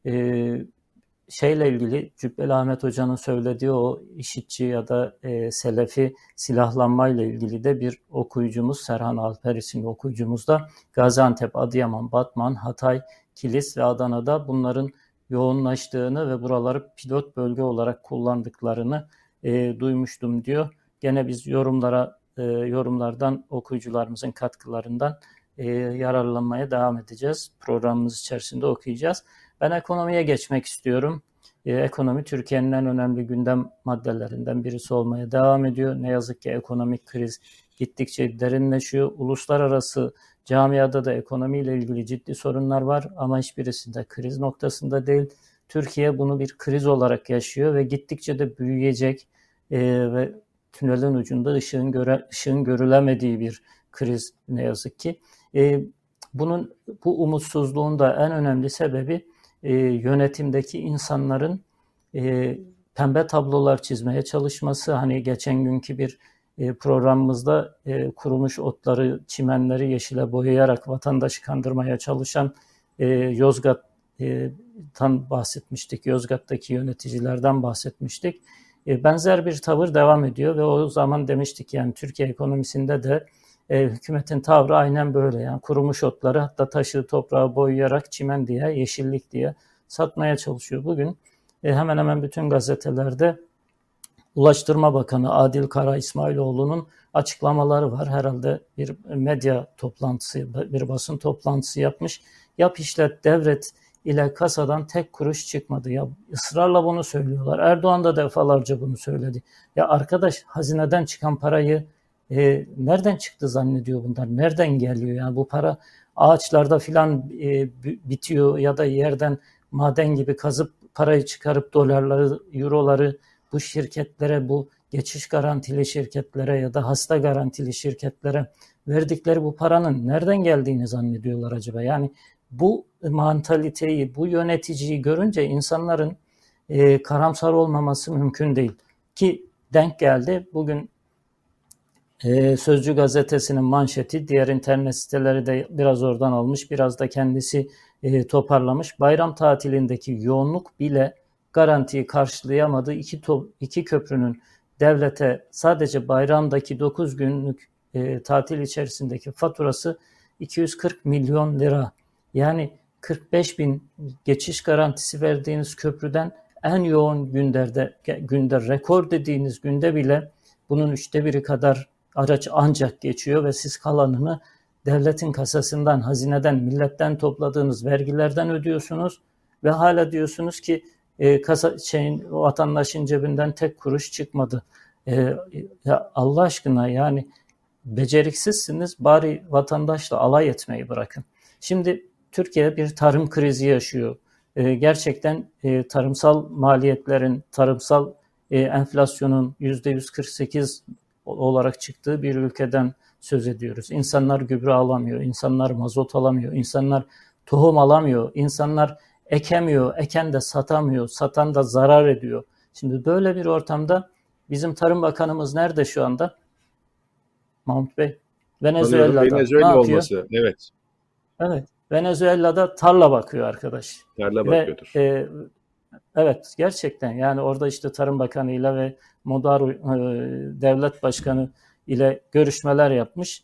Şeyle ilgili Cübbeli Ahmet Hoca'nın söylediği o IŞİD'ci ya da Selefi silahlanmayla ilgili de bir okuyucumuz, Serhan Alper isimli okuyucumuz da Gaziantep, Adıyaman, Batman, Hatay, Kilis ve Adana'da bunların yoğunlaştığını ve buraları pilot bölge olarak kullandıklarını duymuştum diyor. Gene biz yorumlardan, okuyucularımızın katkılarından yararlanmaya devam edeceğiz. Programımız içerisinde okuyacağız. Ben ekonomiye geçmek istiyorum. Ekonomi Türkiye'nin en önemli gündem maddelerinden birisi olmaya devam ediyor. Ne yazık ki ekonomik kriz gittikçe derinleşiyor. Uluslararası camiada da ekonomiyle ilgili ciddi sorunlar var ama hiçbirisinde kriz noktasında değil. Türkiye bunu bir kriz olarak yaşıyor ve gittikçe de büyüyecek ve tünelin ucunda ışığın görülemediği bir kriz ne yazık ki. Bu umutsuzluğun da en önemli sebebi yönetimdeki insanların pembe tablolar çizmeye çalışması. Hani geçen günkü bir programımızda kurumuş otları, çimenleri yeşile boyayarak vatandaşı kandırmaya çalışan Yozgat'tan bahsetmiştik. Yozgat'taki yöneticilerden bahsetmiştik. Benzer bir tavır devam ediyor ve o zaman demiştik yani Türkiye ekonomisinde de hükümetin tavrı aynen böyle. Yani kurumuş otları hatta taşı toprağa boyayarak çimen diye, yeşillik diye satmaya çalışıyor. Bugün hemen hemen bütün gazetelerde Ulaştırma Bakanı Adil Kara İsmailoğlu'nun açıklamaları var. Herhalde bir medya toplantısı, bir basın toplantısı yapmış. Yap işlet devret ile kasadan tek kuruş çıkmadı. Ya ısrarla bunu söylüyorlar. Erdoğan da defalarca bunu söyledi. Ya arkadaş, hazineden çıkan parayı nereden çıktı zannediyor bunlar? Nereden geliyor? Yani bu para ağaçlarda filan bitiyor ya da yerden maden gibi kazıp parayı çıkarıp dolarları, euroları bu şirketlere, bu geçiş garantili şirketlere ya da hasta garantili şirketlere verdikleri bu paranın nereden geldiğini zannediyorlar acaba? Yani bu mantaliteyi, bu yöneticiyi görünce insanların karamsar olmaması mümkün değil. Ki denk geldi. Bugün Sözcü gazetesinin manşeti, diğer internet siteleri de biraz oradan almış, biraz da kendisi toparlamış. Bayram tatilindeki yoğunluk bile garantiyi karşılayamadı. İki köprünün devlete sadece bayramdaki 9 günlük tatil içerisindeki faturası 240 milyon lira. Yani 45 bin geçiş garantisi verdiğiniz köprüden en yoğun günde rekor dediğiniz günde bile bunun 1/3 kadar araç ancak geçiyor ve siz kalanını devletin kasasından, hazineden, milletten topladığınız vergilerden ödüyorsunuz ve hala diyorsunuz ki vatandaşın cebinden tek kuruş çıkmadı. Ya Allah aşkına, yani beceriksizsiniz, bari vatandaşla alay etmeyi bırakın. Şimdi Türkiye bir tarım krizi yaşıyor. Gerçekten tarımsal maliyetlerin, tarımsal enflasyonun %148 olarak çıktığı bir ülkeden söz ediyoruz. İnsanlar gübre alamıyor, insanlar mazot alamıyor, insanlar tohum alamıyor, insanlar ekemiyor, eken de satamıyor, satan da zarar ediyor. Şimdi böyle bir ortamda bizim Tarım Bakanımız nerede şu anda? Mahmut Bey, Sanıyorum Venezuela'da. Ne Venezuela yapıyor? olması. Evet. Evet, Venezuela'da tarla bakıyor arkadaş. Tarla Ve bakıyordur. evet, gerçekten yani orada işte Tarım Bakanı ile ve Modaro Devlet Başkanı ile görüşmeler yapmış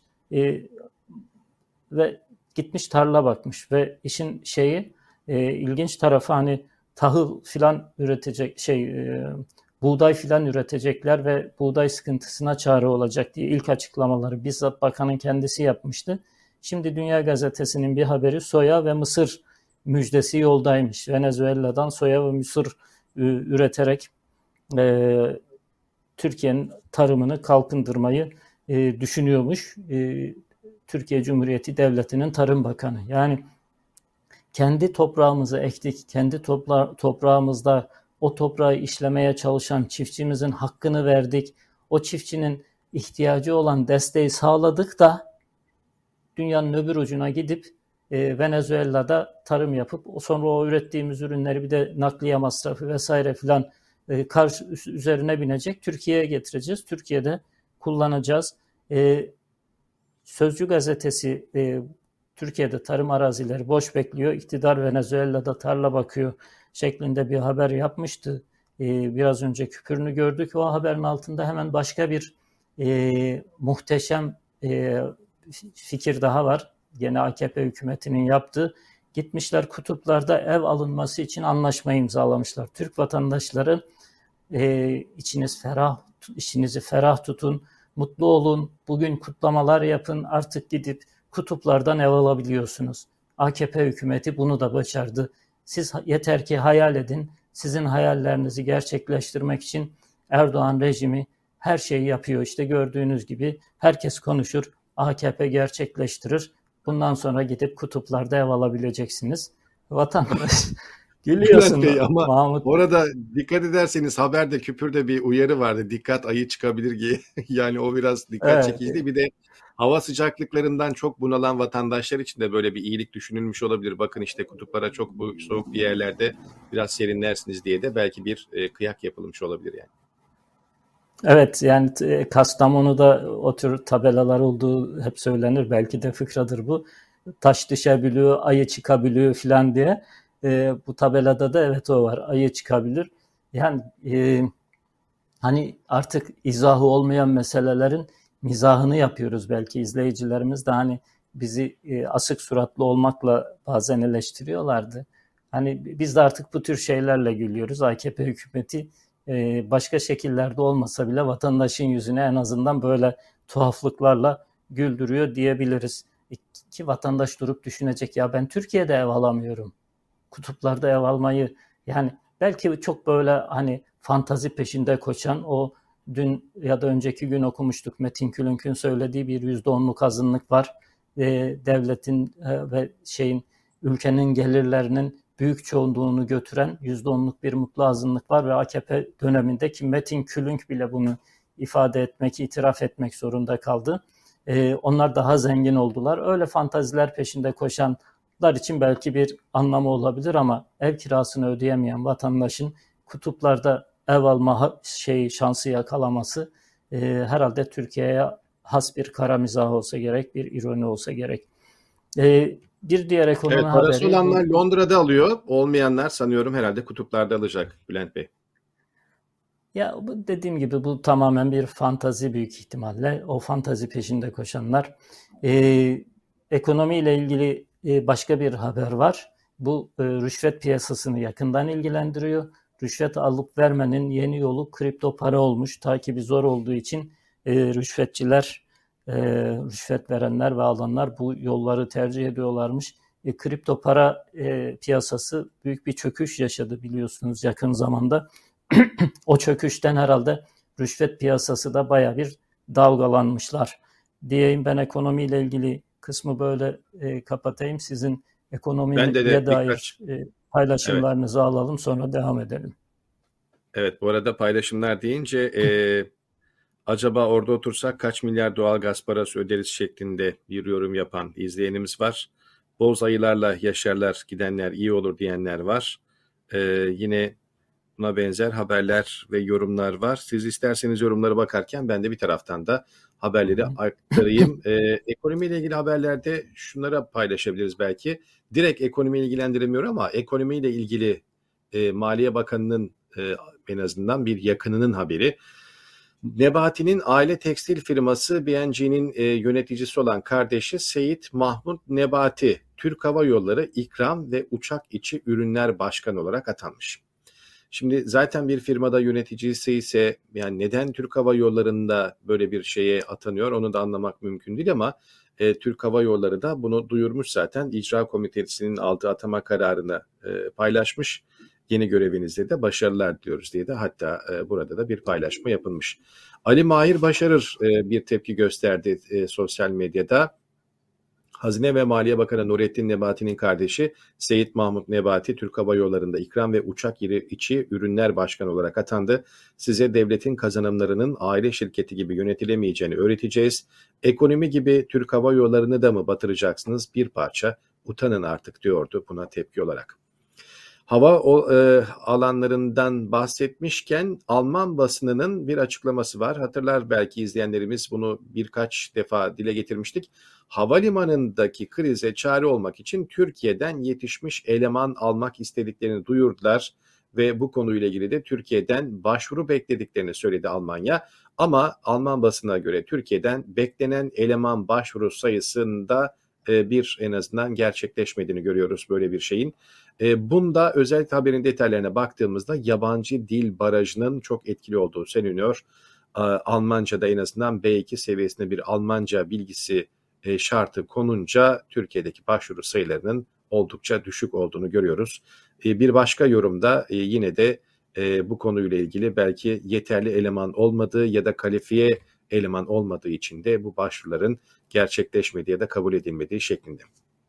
ve gitmiş tarla bakmış ve işin ilginç tarafı, hani tahıl filan üretecek buğday filan üretecekler ve buğday sıkıntısına çare olacak diye ilk açıklamaları bizzat bakanın kendisi yapmıştı. Şimdi Dünya Gazetesi'nin bir haberi, soya ve mısır müjdesi yoldaymış. Venezuela'dan soya ve mısır üreterek Türkiye'nin tarımını kalkındırmayı düşünüyormuş. Türkiye Cumhuriyeti Devleti'nin Tarım Bakanı. Yani kendi toprağımızı ektik, kendi toprağımızda o toprağı işlemeye çalışan çiftçimizin hakkını verdik. O çiftçinin ihtiyacı olan desteği sağladık da dünyanın öbür ucuna gidip Venezuela'da tarım yapıp sonra o ürettiğimiz ürünleri bir de nakliye masrafı vesaire filan üzerine binecek. Türkiye'ye getireceğiz. Türkiye'de kullanacağız. Sözcü gazetesi Türkiye'de tarım arazileri boş bekliyor, İktidar Venezuela'da tarla bakıyor şeklinde bir haber yapmıştı. Biraz önce küpürünü gördük. O haberin altında hemen başka bir muhteşem fikir daha var. Gene AKP hükümetinin yaptığı. Gitmişler kutuplarda ev alınması için anlaşma imzalamışlar. Türk vatandaşları içinizi ferah tutun, mutlu olun, bugün kutlamalar yapın, artık gidip kutuplardan ev alabiliyorsunuz. AKP hükümeti bunu da başardı. Siz yeter ki hayal edin. Sizin hayallerinizi gerçekleştirmek için Erdoğan rejimi her şeyi yapıyor. İşte gördüğünüz gibi herkes konuşur, AKP gerçekleştirir. Bundan sonra gidip kutuplarda ev alabileceksiniz. Vatandaş gülüyorsun Bey, ama Mahmut. orada dikkat ederseniz haberde küpürde bir uyarı vardı. Dikkat, ayı çıkabilir diye. Yani o biraz dikkat çekiciydi. Bir de hava sıcaklıklarından çok bunalan vatandaşlar için de böyle bir iyilik düşünülmüş olabilir. Bakın işte kutuplara çok soğuk bir yerlerde biraz serinlersiniz diye de belki bir kıyak yapılmış olabilir yani. Evet, yani Kastamonu'da o tür tabelalar olduğu hep söylenir. Belki de fıkradır bu. Taş düşebiliyor, ayı çıkabiliyor filan diye. Bu tabelada da evet o var. Ayı çıkabilir. Yani hani artık izahı olmayan meselelerin mizahını yapıyoruz. Belki izleyicilerimiz de hani bizi asık suratlı olmakla bazen eleştiriyorlardı. Hani biz de artık bu tür şeylerle gülüyoruz. AKP hükümeti başka şekillerde olmasa bile vatandaşın yüzüne en azından böyle tuhaflıklarla güldürüyor diyebiliriz. Ki vatandaş durup düşünecek, ya ben Türkiye'de ev alamıyorum. Kutuplarda ev almayı, yani belki çok böyle hani fantazi peşinde koşan, o dün ya da önceki gün okumuştuk, Metin Külünk'ün söylediği bir %10'luk azınlık var. Devletin ve ülkenin gelirlerinin büyük çoğunluğunu götüren %10'luk bir mutlu azınlık var ve AKP döneminde ki Metin Külünk bile bunu ifade etmek, itiraf etmek zorunda kaldı. Onlar daha zengin oldular. Öyle fantaziler peşinde koşanlar için belki bir anlamı olabilir ama ev kirasını ödeyemeyen vatandaşın kutuplarda ev alma şansı yakalaması herhalde Türkiye'ye has bir kara mizah olsa gerek, bir ironi olsa gerek. Bir diğer ekonomi Evet, parası haberi olanlar bu. Londra'da alıyor. Olmayanlar sanıyorum herhalde kutuplarda alacak Bülent Bey. Ya bu dediğim gibi bu tamamen bir fantazi büyük ihtimalle. O fantazi peşinde koşanlar. Ekonomiyle ilgili başka bir haber var. Bu rüşvet piyasasını yakından ilgilendiriyor. Rüşvet alıp vermenin yeni yolu kripto para olmuş. Takibi zor olduğu için rüşvetçiler, rüşvet verenler ve alanlar bu yolları tercih ediyorlarmış. Kripto para piyasası büyük bir çöküş yaşadı biliyorsunuz yakın zamanda. O çöküşten herhalde rüşvet piyasası da baya bir dalgalanmışlar diyeyim. Ben ekonomiyle ilgili kısmı böyle kapatayım. Sizin Bende de ekonomiye dair birkaç, evet. paylaşımlarınızı alalım, sonra devam edelim. Evet, bu arada paylaşımlar deyince acaba orada otursak kaç milyar doğal gaz parası öderiz şeklinde bir yorum yapan izleyenimiz var. Boz ayılarla yaşarlar gidenler iyi olur diyenler var. Yine buna benzer haberler ve yorumlar var. Siz isterseniz yorumlara bakarken ben de bir taraftan da Hı haberleri hı. aktarayım. Ekonomiyle ilgili haberlerde şunlara paylaşabiliriz belki. Direkt ekonomiyi ilgilendiremiyor ama ekonomiyle ilgili Maliye Bakanı'nın en azından bir yakınının haberi. Nebati'nin aile tekstil firması B&G'nin yöneticisi olan kardeşi Seyit Mahmut Nebati, Türk Hava Yolları İkram ve Uçak İçi Ürünler Başkanı olarak atanmış. Şimdi zaten bir firmada yöneticisi ise yani neden Türk Hava Yolları'nda böyle bir şeye atanıyor onu da anlamak mümkün değil ama Türk Hava Yolları da bunu duyurmuş zaten. İcra Komitesi'nin aldığı atama kararını paylaşmış. Yeni görevinizde de başarılar diliyoruz diye de hatta burada da bir paylaşma yapılmış. Ali Mahir Başarır bir tepki gösterdi sosyal medyada. Hazine ve Maliye Bakanı Nurettin Nebati'nin kardeşi Seyit Mahmut Nebati, Türk Hava Yolları'nda ikram ve uçak içi ürünler başkanı olarak atandı. Size devletin kazanımlarının aile şirketi gibi yönetilemeyeceğini öğreteceğiz. Ekonomi gibi Türk Hava Yolları'nı da mı batıracaksınız? Bir parça utanın artık diyordu buna tepki olarak. Hava alanlarından bahsetmişken Alman basınının bir açıklaması var. Hatırlar belki izleyenlerimiz, bunu birkaç defa dile getirmiştik. Havalimanındaki krize çare olmak için Türkiye'den yetişmiş eleman almak istediklerini duyurdular ve bu konuyla ilgili de Türkiye'den başvuru beklediklerini söyledi Almanya. Ama Alman basınına göre Türkiye'den beklenen eleman başvuru sayısında bir en azından gerçekleşmediğini görüyoruz böyle bir şeyin. Bunda özellikle haberin detaylarına baktığımızda yabancı dil barajının çok etkili olduğu söyleniyor. Almanca'da en azından B2 seviyesinde bir Almanca bilgisi şartı konunca Türkiye'deki başvuru sayılarının oldukça düşük olduğunu görüyoruz. Bir başka yorumda yine de bu konuyla ilgili belki yeterli eleman olmadığı ya da kalifiye eleman olmadığı için de bu başvuruların gerçekleşmediği ya da kabul edilmediği şeklinde.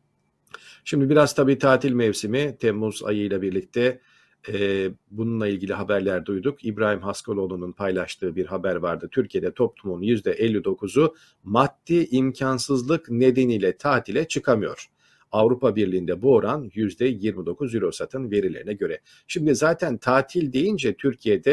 Şimdi biraz tabii tatil mevsimi Temmuz ayıyla birlikte bununla ilgili haberler duyduk. İbrahim Haskaloğlu'nun paylaştığı bir haber vardı. Türkiye'de toplumun %59'u maddi imkansızlık nedeniyle tatile çıkamıyor. Avrupa Birliği'nde bu oran %29 Eurosat'ın verilerine göre. Şimdi zaten tatil deyince Türkiye'de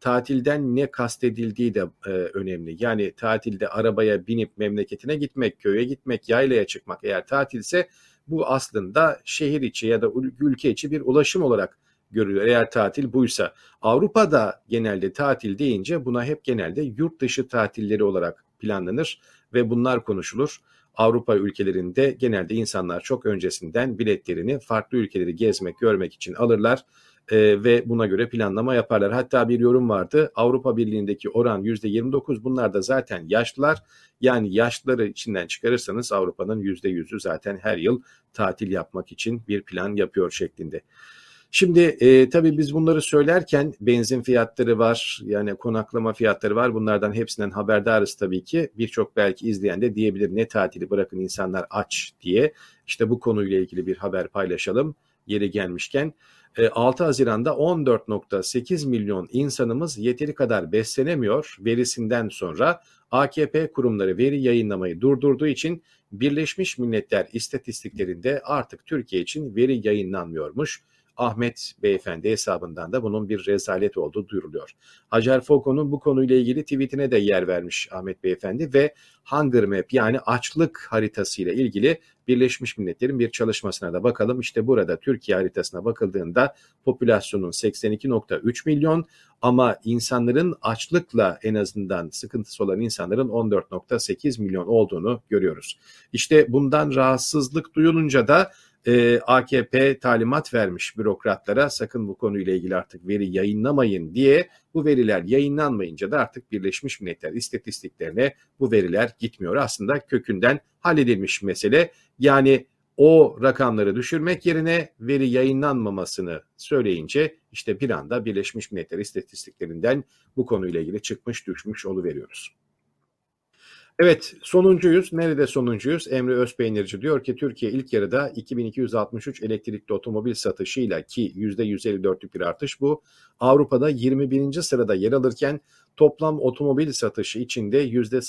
tatilden ne kastedildiği de önemli. Yani tatilde arabaya binip memleketine gitmek, köye gitmek, yaylaya çıkmak eğer tatilse bu aslında şehir içi ya da ülke içi bir ulaşım olarak görülüyor. Eğer tatil buysa. Avrupa'da genelde tatil deyince buna hep genelde yurt dışı tatilleri olarak planlanır ve bunlar konuşulur. Avrupa ülkelerinde genelde insanlar çok öncesinden biletlerini farklı ülkeleri gezmek, görmek için alırlar ve buna göre planlama yaparlar. Hatta bir yorum vardı. Avrupa Birliği'ndeki oran %29. Bunlar da zaten yaşlılar. Yani yaşlıları içinden çıkarırsanız Avrupa'nın %100'ü zaten her yıl tatil yapmak için bir plan yapıyor şeklinde. Şimdi tabii biz bunları söylerken benzin fiyatları var, yani konaklama fiyatları var. Bunlardan hepsinden haberdarız tabii ki. Birçok belki izleyen de diyebilir ne tatili, bırakın insanlar aç diye. İşte bu konuyla ilgili bir haber paylaşalım yeri gelmişken. 6 Haziran'da 14,8 milyon insanımız yeteri kadar beslenemiyor verisinden sonra AKP kurumları veri yayınlamayı durdurduğu için Birleşmiş Milletler istatistiklerinde artık Türkiye için veri yayınlanmıyormuş. Ahmet Beyefendi hesabından da bunun bir rezalet olduğu duyuruluyor. Hacer Foko'nun bu konuyla ilgili tweetine de yer vermiş Ahmet Beyefendi ve Hunger Map, yani açlık haritası ile ilgili Birleşmiş Milletler'in bir çalışmasına da bakalım. İşte burada Türkiye haritasına bakıldığında popülasyonun 82,3 milyon ama insanların açlıkla en azından sıkıntısı olan insanların 14,8 milyon olduğunu görüyoruz. İşte bundan rahatsızlık duyulunca da AKP talimat vermiş bürokratlara, sakın bu konuyla ilgili artık veri yayınlamayın diye. Bu veriler yayınlanmayınca da artık Birleşmiş Milletler istatistiklerine bu veriler gitmiyor. Aslında kökünden halledilmiş mesele. Yani o rakamları düşürmek yerine veri yayınlanmamasını söyleyince işte bir anda Birleşmiş Milletler istatistiklerinden bu konuyla ilgili çıkmış düşmüş oluveriyoruz. Evet, sonuncuyuz. Nerede sonuncuyuz? Emre Özpeynirci diyor ki Türkiye ilk yarıda 2263 elektrikli otomobil satışıyla, ki %154'lük bir artış bu, Avrupa'da 21. sırada yer alırken toplam otomobil satışı içinde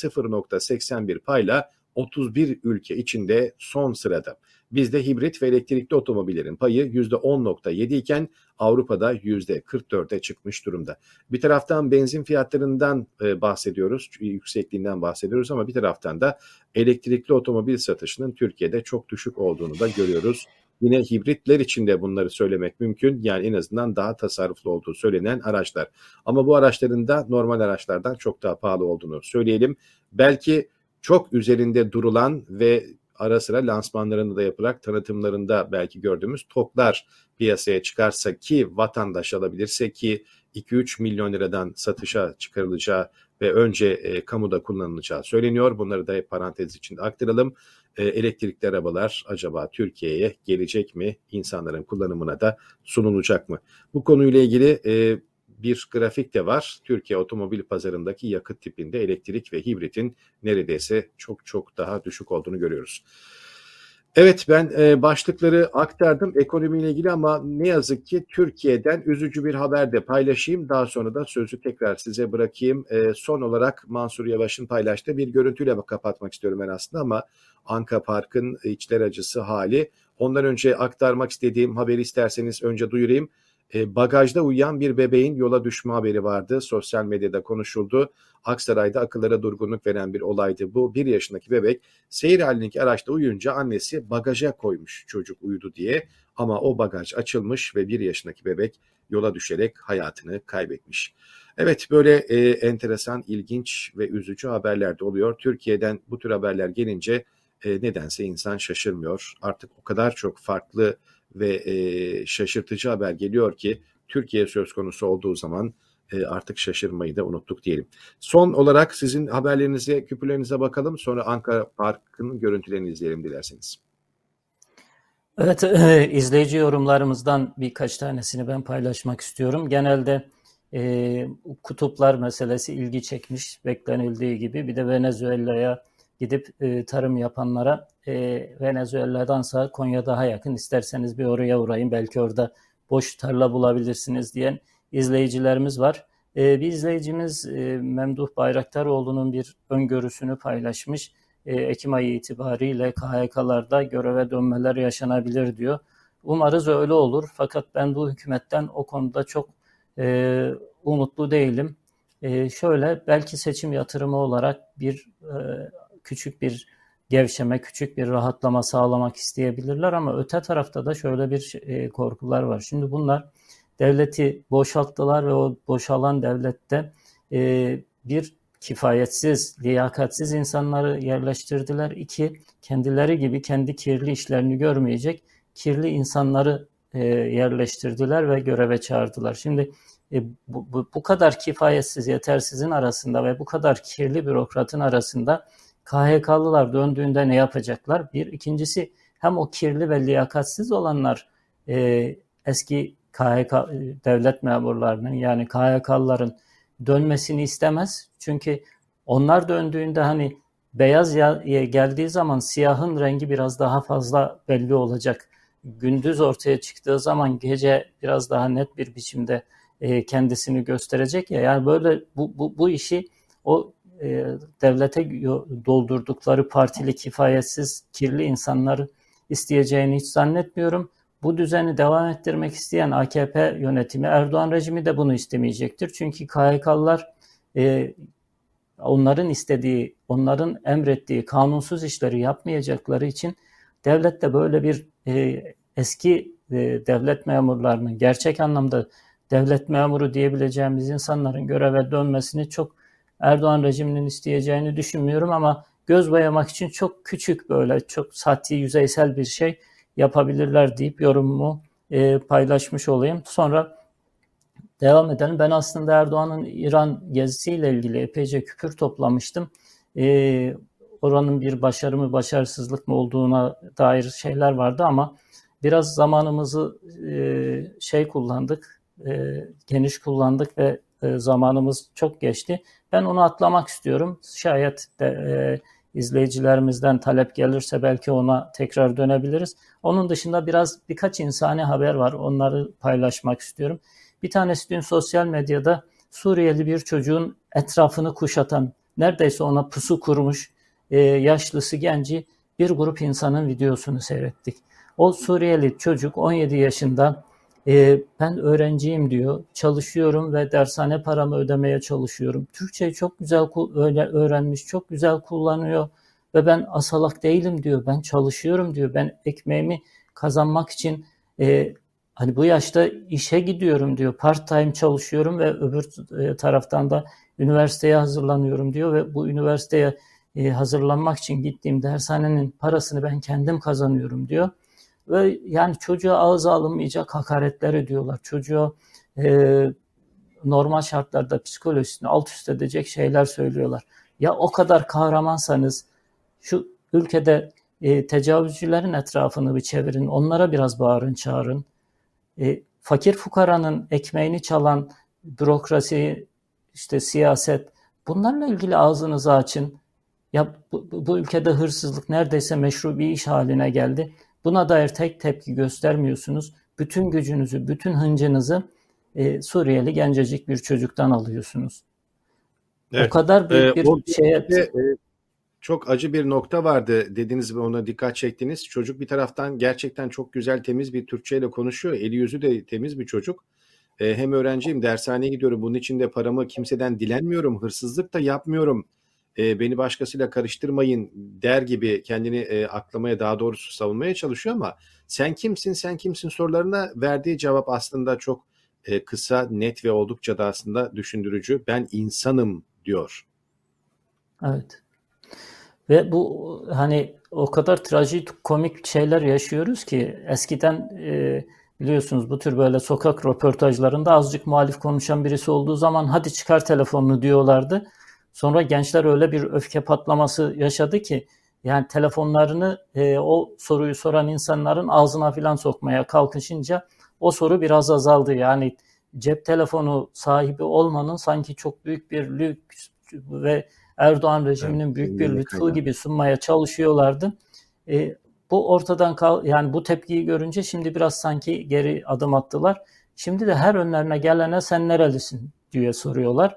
%0,81 payla 31 ülke içinde son sırada. Bizde hibrit ve elektrikli otomobillerin payı %10,7 iken Avrupa'da %44'e çıkmış durumda. Bir taraftan benzin fiyatlarından bahsediyoruz, yüksekliğinden bahsediyoruz ama bir taraftan da elektrikli otomobil satışının Türkiye'de çok düşük olduğunu da görüyoruz. Yine hibritler için de bunları söylemek mümkün. Yani en azından daha tasarruflu olduğu söylenen araçlar. Ama bu araçların da normal araçlardan çok daha pahalı olduğunu söyleyelim. Belki çok üzerinde durulan ve ara sıra lansmanlarında da yapılarak tanıtımlarında belki gördüğümüz TOG'lar piyasaya çıkarsa, ki vatandaş alabilirse, ki 2-3 milyon liradan satışa çıkarılacağı ve önce kamuda kullanılacağı söyleniyor. Bunları da parantez içinde aktaralım. Elektrikli arabalar acaba Türkiye'ye gelecek mi? İnsanların kullanımına da sunulacak mı? Bu konuyla ilgili bir grafik de var. Türkiye otomobil pazarındaki yakıt tipinde elektrik ve hibritin neredeyse çok çok daha düşük olduğunu görüyoruz. Evet, ben başlıkları aktardım ekonomiyle ilgili ama ne yazık ki Türkiye'den üzücü bir haber de paylaşayım. Daha sonra da sözü tekrar size bırakayım. Son olarak Mansur Yavaş'ın paylaştığı bir görüntüyle kapatmak istiyorum ben aslında ama Anka Park'ın içler acısı hali. Ondan önce aktarmak istediğim haberi isterseniz önce duyurayım. Bagajda uyuyan bir bebeğin yola düşme haberi vardı. Sosyal medyada konuşuldu. Aksaray'da akıllara durgunluk veren bir olaydı bu. 1 yaşındaki bebek seyir halindeki araçta uyuyunca annesi bagaja koymuş çocuk uyudu diye. Ama o bagaj açılmış ve 1 yaşındaki bebek yola düşerek hayatını kaybetmiş. Evet, böyle enteresan, ilginç ve üzücü haberler de oluyor. Türkiye'den bu tür haberler gelince nedense insan şaşırmıyor. Artık o kadar çok farklı ve şaşırtıcı haber geliyor ki Türkiye söz konusu olduğu zaman artık şaşırmayı da unuttuk diyelim. Son olarak sizin haberlerinize, küpürlerinize bakalım. Sonra Ankara Parkı'nın görüntülerini izleyelim dilerseniz. Evet, izleyici yorumlarımızdan birkaç tanesini ben paylaşmak istiyorum. Genelde kutuplar meselesi ilgi çekmiş, beklenildiği gibi. Bir de Venezuela'ya gidip tarım yapanlara Venezuela'dansa Konya daha yakın, isterseniz bir oraya uğrayın, belki orada boş tarla bulabilirsiniz diyen izleyicilerimiz var. Bir izleyicimiz Memduh Bayraktaroğlu'nun bir öngörüsünü paylaşmış. Ekim ayı itibariyle KHK'larda göreve dönmeler yaşanabilir diyor. Umarız öyle olur, fakat ben bu hükümetten o konuda çok umutlu değilim. Şöyle belki seçim yatırımı olarak küçük bir gevşeme, küçük bir rahatlama sağlamak isteyebilirler ama öte tarafta da şöyle bir korkular var. Şimdi bunlar devleti boşalttılar ve o boşalan devlette bir kifayetsiz, liyakatsiz insanları yerleştirdiler. İki, kendileri gibi kendi kirli işlerini görmeyecek kirli insanları yerleştirdiler ve göreve çağırdılar. Şimdi bu kadar kifayetsiz, yetersizin arasında ve bu kadar kirli bürokratın arasında KHK'lılar döndüğünde ne yapacaklar? Bir. İkincisi, hem o kirli ve liyakatsiz olanlar eski KHK devlet memurlarının, yani KHK'lıların dönmesini istemez. Çünkü onlar döndüğünde hani beyaz geldiği zaman siyahın rengi biraz daha fazla belli olacak. Gündüz ortaya çıktığı zaman gece biraz daha net bir biçimde kendisini gösterecek ya. Yani böyle bu işi o devlete doldurdukları partili, kifayetsiz, kirli insanları isteyeceğini hiç zannetmiyorum. Bu düzeni devam ettirmek isteyen AKP yönetimi, Erdoğan rejimi de bunu istemeyecektir. Çünkü KHK'lılar onların istediği, onların emrettiği kanunsuz işleri yapmayacakları için devlet de böyle bir eski devlet memurlarının, gerçek anlamda devlet memuru diyebileceğimiz insanların göreve dönmesini çok Erdoğan rejiminin isteyeceğini düşünmüyorum ama göz boyamak için çok küçük, böyle çok sati, yüzeysel bir şey yapabilirler deyip yorumumu paylaşmış olayım. Sonra devam edelim. Ben aslında Erdoğan'ın İran gezisiyle ilgili epeyce küpür toplamıştım. Oranın bir başarı mı başarısızlık mı olduğuna dair şeyler vardı ama biraz zamanımızı kullandık, geniş kullandık ve zamanımız çok geçti. Ben onu atlamak istiyorum. Şayet de izleyicilerimizden talep gelirse belki ona tekrar dönebiliriz. Onun dışında birkaç insani haber var. Onları paylaşmak istiyorum. Bir tanesi dün sosyal medyada Suriyeli bir çocuğun etrafını kuşatan, neredeyse ona pusu kurmuş yaşlısı genci bir grup insanın videosunu seyrettik. O Suriyeli çocuk 17 yaşında, ben öğrenciyim diyor, çalışıyorum ve dershane paramı ödemeye çalışıyorum. Türkçeyi çok güzel öğrenmiş, çok güzel kullanıyor ve ben asalak değilim diyor, ben çalışıyorum diyor, ben ekmeğimi kazanmak için hani bu yaşta işe gidiyorum diyor, part time çalışıyorum ve öbür taraftan da üniversiteye hazırlanıyorum diyor ve bu üniversiteye hazırlanmak için gittiğim dershanenin parasını ben kendim kazanıyorum diyor. Ve yani çocuğa ağza alınmayacak hakaretler ediyorlar. Çocuğa normal şartlarda psikolojisini alt üst edecek şeyler söylüyorlar. Ya o kadar kahramansanız şu ülkede tecavüzcülerin etrafını bir çevirin. Onlara biraz bağırın, çağırın. Fakir fukaranın ekmeğini çalan bürokrasi, işte siyaset, bunlarla ilgili ağzınızı açın. Ya bu ülkede hırsızlık neredeyse meşru bir iş haline geldi. Buna dair tek tepki göstermiyorsunuz. Bütün gücünüzü, bütün hıncınızı Suriyeli gencecik bir çocuktan alıyorsunuz. Evet. O kadar büyük bir şeye... Çok acı bir nokta vardı dediniz ve ona dikkat çektiniz. Çocuk bir taraftan gerçekten çok güzel, temiz bir Türkçeyle konuşuyor. Eli yüzü de temiz bir çocuk. Hem öğrenciyim, dershaneye gidiyorum. Bunun için de paramı kimseden dilenmiyorum. Hırsızlık da yapmıyorum. Beni başkasıyla karıştırmayın der gibi kendini aklamaya, daha doğrusu savunmaya çalışıyor ama sen kimsin, sen kimsin sorularına verdiği cevap aslında çok kısa, net ve oldukça da aslında düşündürücü. Ben insanım diyor. Evet. Ve bu hani o kadar trajikomik şeyler yaşıyoruz ki eskiden biliyorsunuz bu tür böyle sokak röportajlarında azıcık muhalif konuşan birisi olduğu zaman hadi çıkar telefonunu diyorlardı. Sonra gençler öyle bir öfke patlaması yaşadı ki yani telefonlarını o soruyu soran insanların ağzına filan sokmaya kalkışınca o soru biraz azaldı. Yani cep telefonu sahibi olmanın sanki çok büyük bir lüks ve Erdoğan rejiminin büyük bir lütfu gibi sunmaya çalışıyorlardı. Bu ortadan yani bu tepkiyi görünce şimdi biraz sanki geri adım attılar. Şimdi de her önlerine gelene sen nerelisin diye soruyorlar.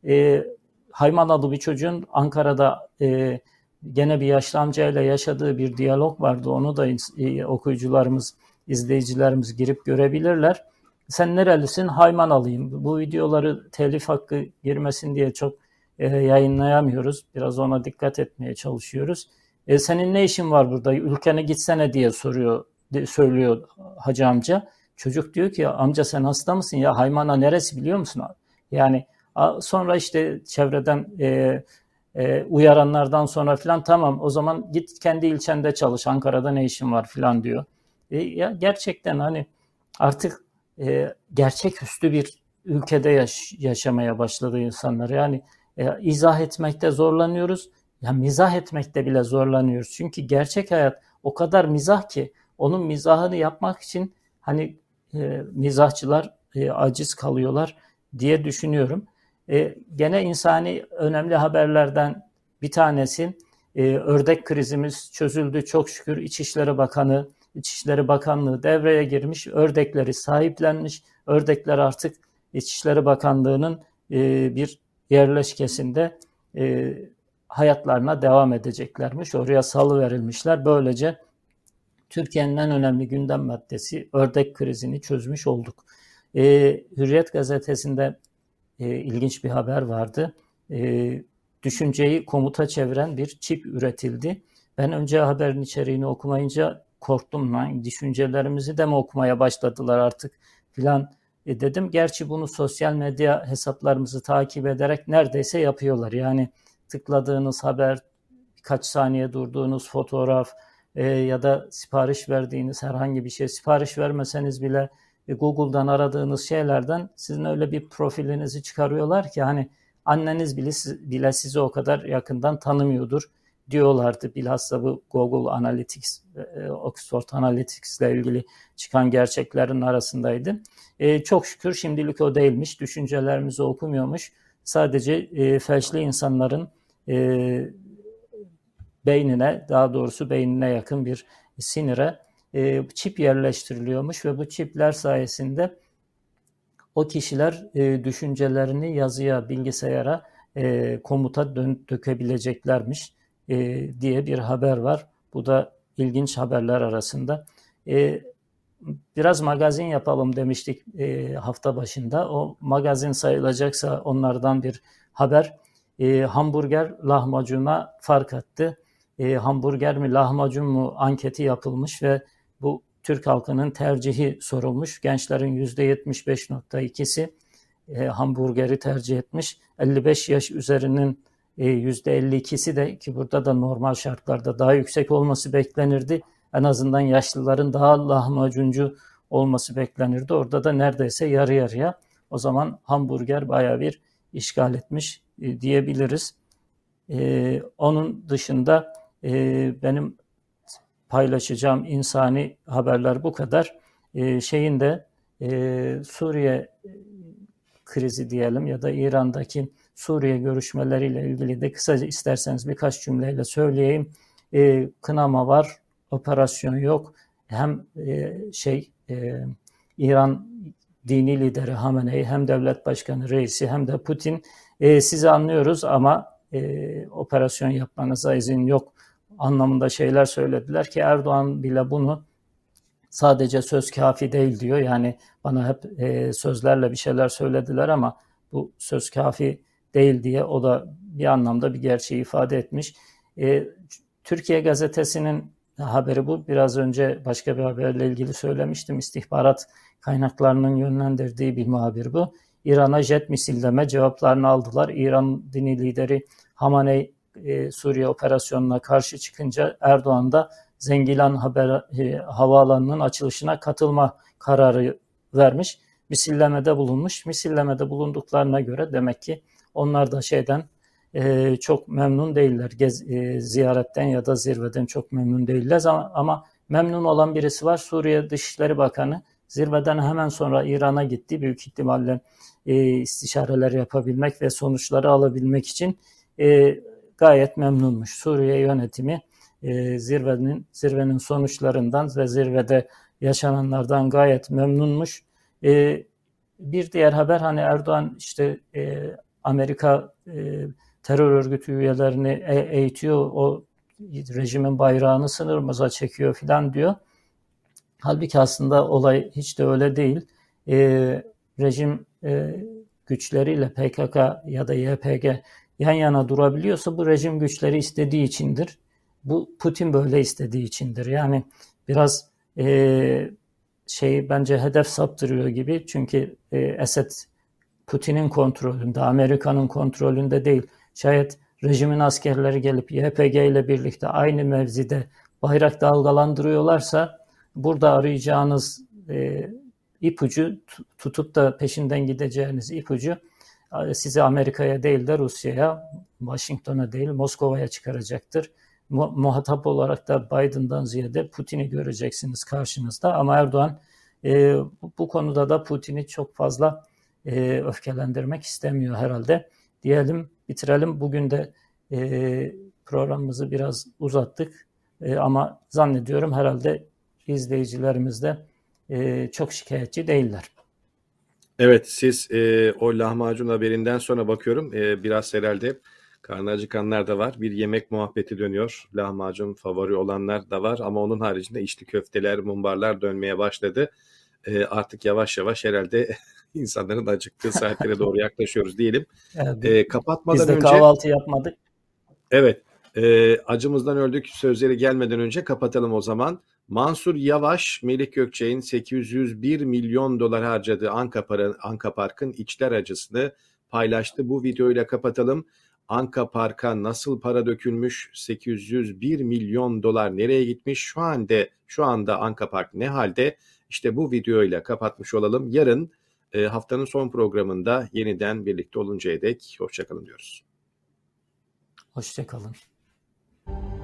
Hayman adlı bir çocuğun Ankara'da gene bir yaşlı amcayla yaşadığı bir diyalog vardı. Onu da okuyucularımız, izleyicilerimiz girip görebilirler. Sen nerelisin? Hayman alayım. Bu videoları telif hakkı girmesin diye çok yayınlayamıyoruz. Biraz ona dikkat etmeye çalışıyoruz. Senin ne işin var burada? Ülkene gitsene diye söylüyor hacı amca. Çocuk diyor ki amca sen hasta mısın ya? Haymana neresi biliyor musun? Yani sonra işte çevreden uyaranlardan sonra filan tamam o zaman git kendi ilçende çalış. Ankara'da ne işin var filan diyor. Ya gerçekten hani artık gerçeküstü bir ülkede yaşamaya başladı insanlar. Yani izah etmekte zorlanıyoruz. Ya mizah etmekte bile zorlanıyoruz. Çünkü gerçek hayat o kadar mizah ki onun mizahını yapmak için hani mizahçılar aciz kalıyorlar diye düşünüyorum. Gene insani önemli haberlerden bir tanesi ördek krizimiz çözüldü çok şükür. İçişleri Bakanlığı devreye girmiş, ördekleri sahiplenmiş. Ördekler artık İçişleri Bakanlığı'nın bir yerleşkesinde hayatlarına devam edeceklermiş. Oraya salıverilmişler. Böylece Türkiye'nin en önemli gündem maddesi ördek krizini çözmüş olduk. Hürriyet gazetesinde ilginç bir haber vardı. Düşünceyi komuta çeviren bir çip üretildi. Ben önce haberin içeriğini okumayınca korktum lan. Düşüncelerimizi de mi okumaya başladılar artık filan dedim. Gerçi bunu sosyal medya hesaplarımızı takip ederek neredeyse yapıyorlar. Yani tıkladığınız haber, birkaç saniye durduğunuz fotoğraf ya da sipariş verdiğiniz herhangi bir şey, sipariş vermeseniz bile Google'dan aradığınız şeylerden sizin öyle bir profilinizi çıkarıyorlar ki hani anneniz bile sizi o kadar yakından tanımıyordur diyorlardı. Bilhassa bu Google Analytics, Oxford Analytics ile ilgili çıkan gerçeklerin arasındaydı. Çok şükür şimdilik o değilmiş. Düşüncelerimizi okumuyormuş. Sadece felçli insanların beynine yakın bir sinire çip yerleştiriliyormuş ve bu çipler sayesinde o kişiler düşüncelerini yazıya, bilgisayara komuta dökebileceklermiş diye bir haber var. Bu da ilginç haberler arasında. Biraz magazin yapalım demiştik hafta başında. O magazin sayılacaksa onlardan bir haber. Hamburger lahmacuna fark attı. Hamburger mi lahmacun mu anketi yapılmış ve bu Türk halkının tercihi sorulmuş. Gençlerin %75.2'si hamburgeri tercih etmiş. 55 yaş üzerinin %52'si de ki burada da normal şartlarda daha yüksek olması beklenirdi. En azından yaşlıların daha lahmacuncu olması beklenirdi. Orada da neredeyse yarı yarıya. O zaman hamburger bayağı bir işgal etmiş diyebiliriz. Onun dışında benim paylaşacağım insani haberler bu kadar. Suriye krizi diyelim ya da İran'daki Suriye görüşmeleriyle ilgili de kısaca isterseniz birkaç cümleyle söyleyeyim. Kınama var, operasyon yok. Hem İran dini lideri Hamenei hem devlet başkanı reisi hem de Putin sizi anlıyoruz ama operasyon yapmanıza izin yok anlamında şeyler söylediler ki Erdoğan bile bunu sadece söz kafi değil diyor. Yani bana hep sözlerle bir şeyler söylediler ama bu söz kafi değil diye o da bir anlamda bir gerçeği ifade etmiş. Türkiye Gazetesi'nin haberi bu. Biraz önce başka bir haberle ilgili söylemiştim. İstihbarat kaynaklarının yönlendirdiği bir muhabir bu. İran'a jet misilleme cevaplarını aldılar. İran dini lideri Hamaney Suriye operasyonuna karşı çıkınca Erdoğan da Zengilan havaalanının açılışına katılma kararı vermiş. Misillemede bulunmuş. Misillemede bulunduklarına göre demek ki onlar da çok memnun değiller. Ziyaretten ya da zirveden çok memnun değiller ama memnun olan birisi var. Suriye Dışişleri Bakanı zirveden hemen sonra İran'a gitti. Büyük ihtimalle istişareler yapabilmek ve sonuçları alabilmek için gayet memnunmuş. Suriye yönetimi zirvenin sonuçlarından ve zirvede yaşananlardan gayet memnunmuş. Bir diğer haber hani Erdoğan Amerika terör örgütü üyelerini eğitiyor, o rejimin bayrağını sınırımıza çekiyor filan diyor. Halbuki aslında olay hiç de öyle değil. rejim güçleriyle PKK ya da YPG yan yana durabiliyorsa bu rejim güçleri istediği içindir. Bu Putin böyle istediği içindir. Yani biraz bence hedef saptırıyor gibi. Çünkü Esed Putin'in kontrolünde, Amerika'nın kontrolünde değil. Şayet rejimin askerleri gelip YPG ile birlikte aynı mevzide bayrak dalgalandırıyorlarsa burada arayacağınız ipucu, tutup da peşinden gideceğiniz ipucu sizi Amerika'ya değil de Rusya'ya, Washington'a değil Moskova'ya çıkaracaktır. Muhatap olarak da Biden'dan ziyade Putin'i göreceksiniz karşınızda. Ama Erdoğan bu konuda da Putin'i çok fazla öfkelendirmek istemiyor herhalde. Diyelim, bitirelim. Bugün de programımızı biraz uzattık. Ama zannediyorum herhalde izleyicilerimiz de çok şikayetçi değiller. Evet, siz o lahmacun haberinden sonra bakıyorum biraz herhalde karnı acıkanlar da var. Bir yemek muhabbeti dönüyor. Lahmacun favori olanlar da var ama onun haricinde içli köfteler, mumbarlar dönmeye başladı. Artık yavaş yavaş herhalde insanların acıktığı saatlere doğru yaklaşıyoruz diyelim. Kapatmadan Biz de önce kahvaltı yapmadık. evet, acımızdan öldük sözleri gelmeden önce kapatalım o zaman. Mansur Yavaş, Melih Gökçek'in 801 milyon dolar harcadığı Anka Park'ın içler acısını paylaştı. Bu videoyla kapatalım. Anka Park'a nasıl para dökülmüş? 801 milyon dolar nereye gitmiş? Şu anda Anka Park ne halde? İşte bu videoyla kapatmış olalım. Yarın haftanın son programında yeniden birlikte oluncaya dek hoşça kalın diyoruz. Hoşça kalın.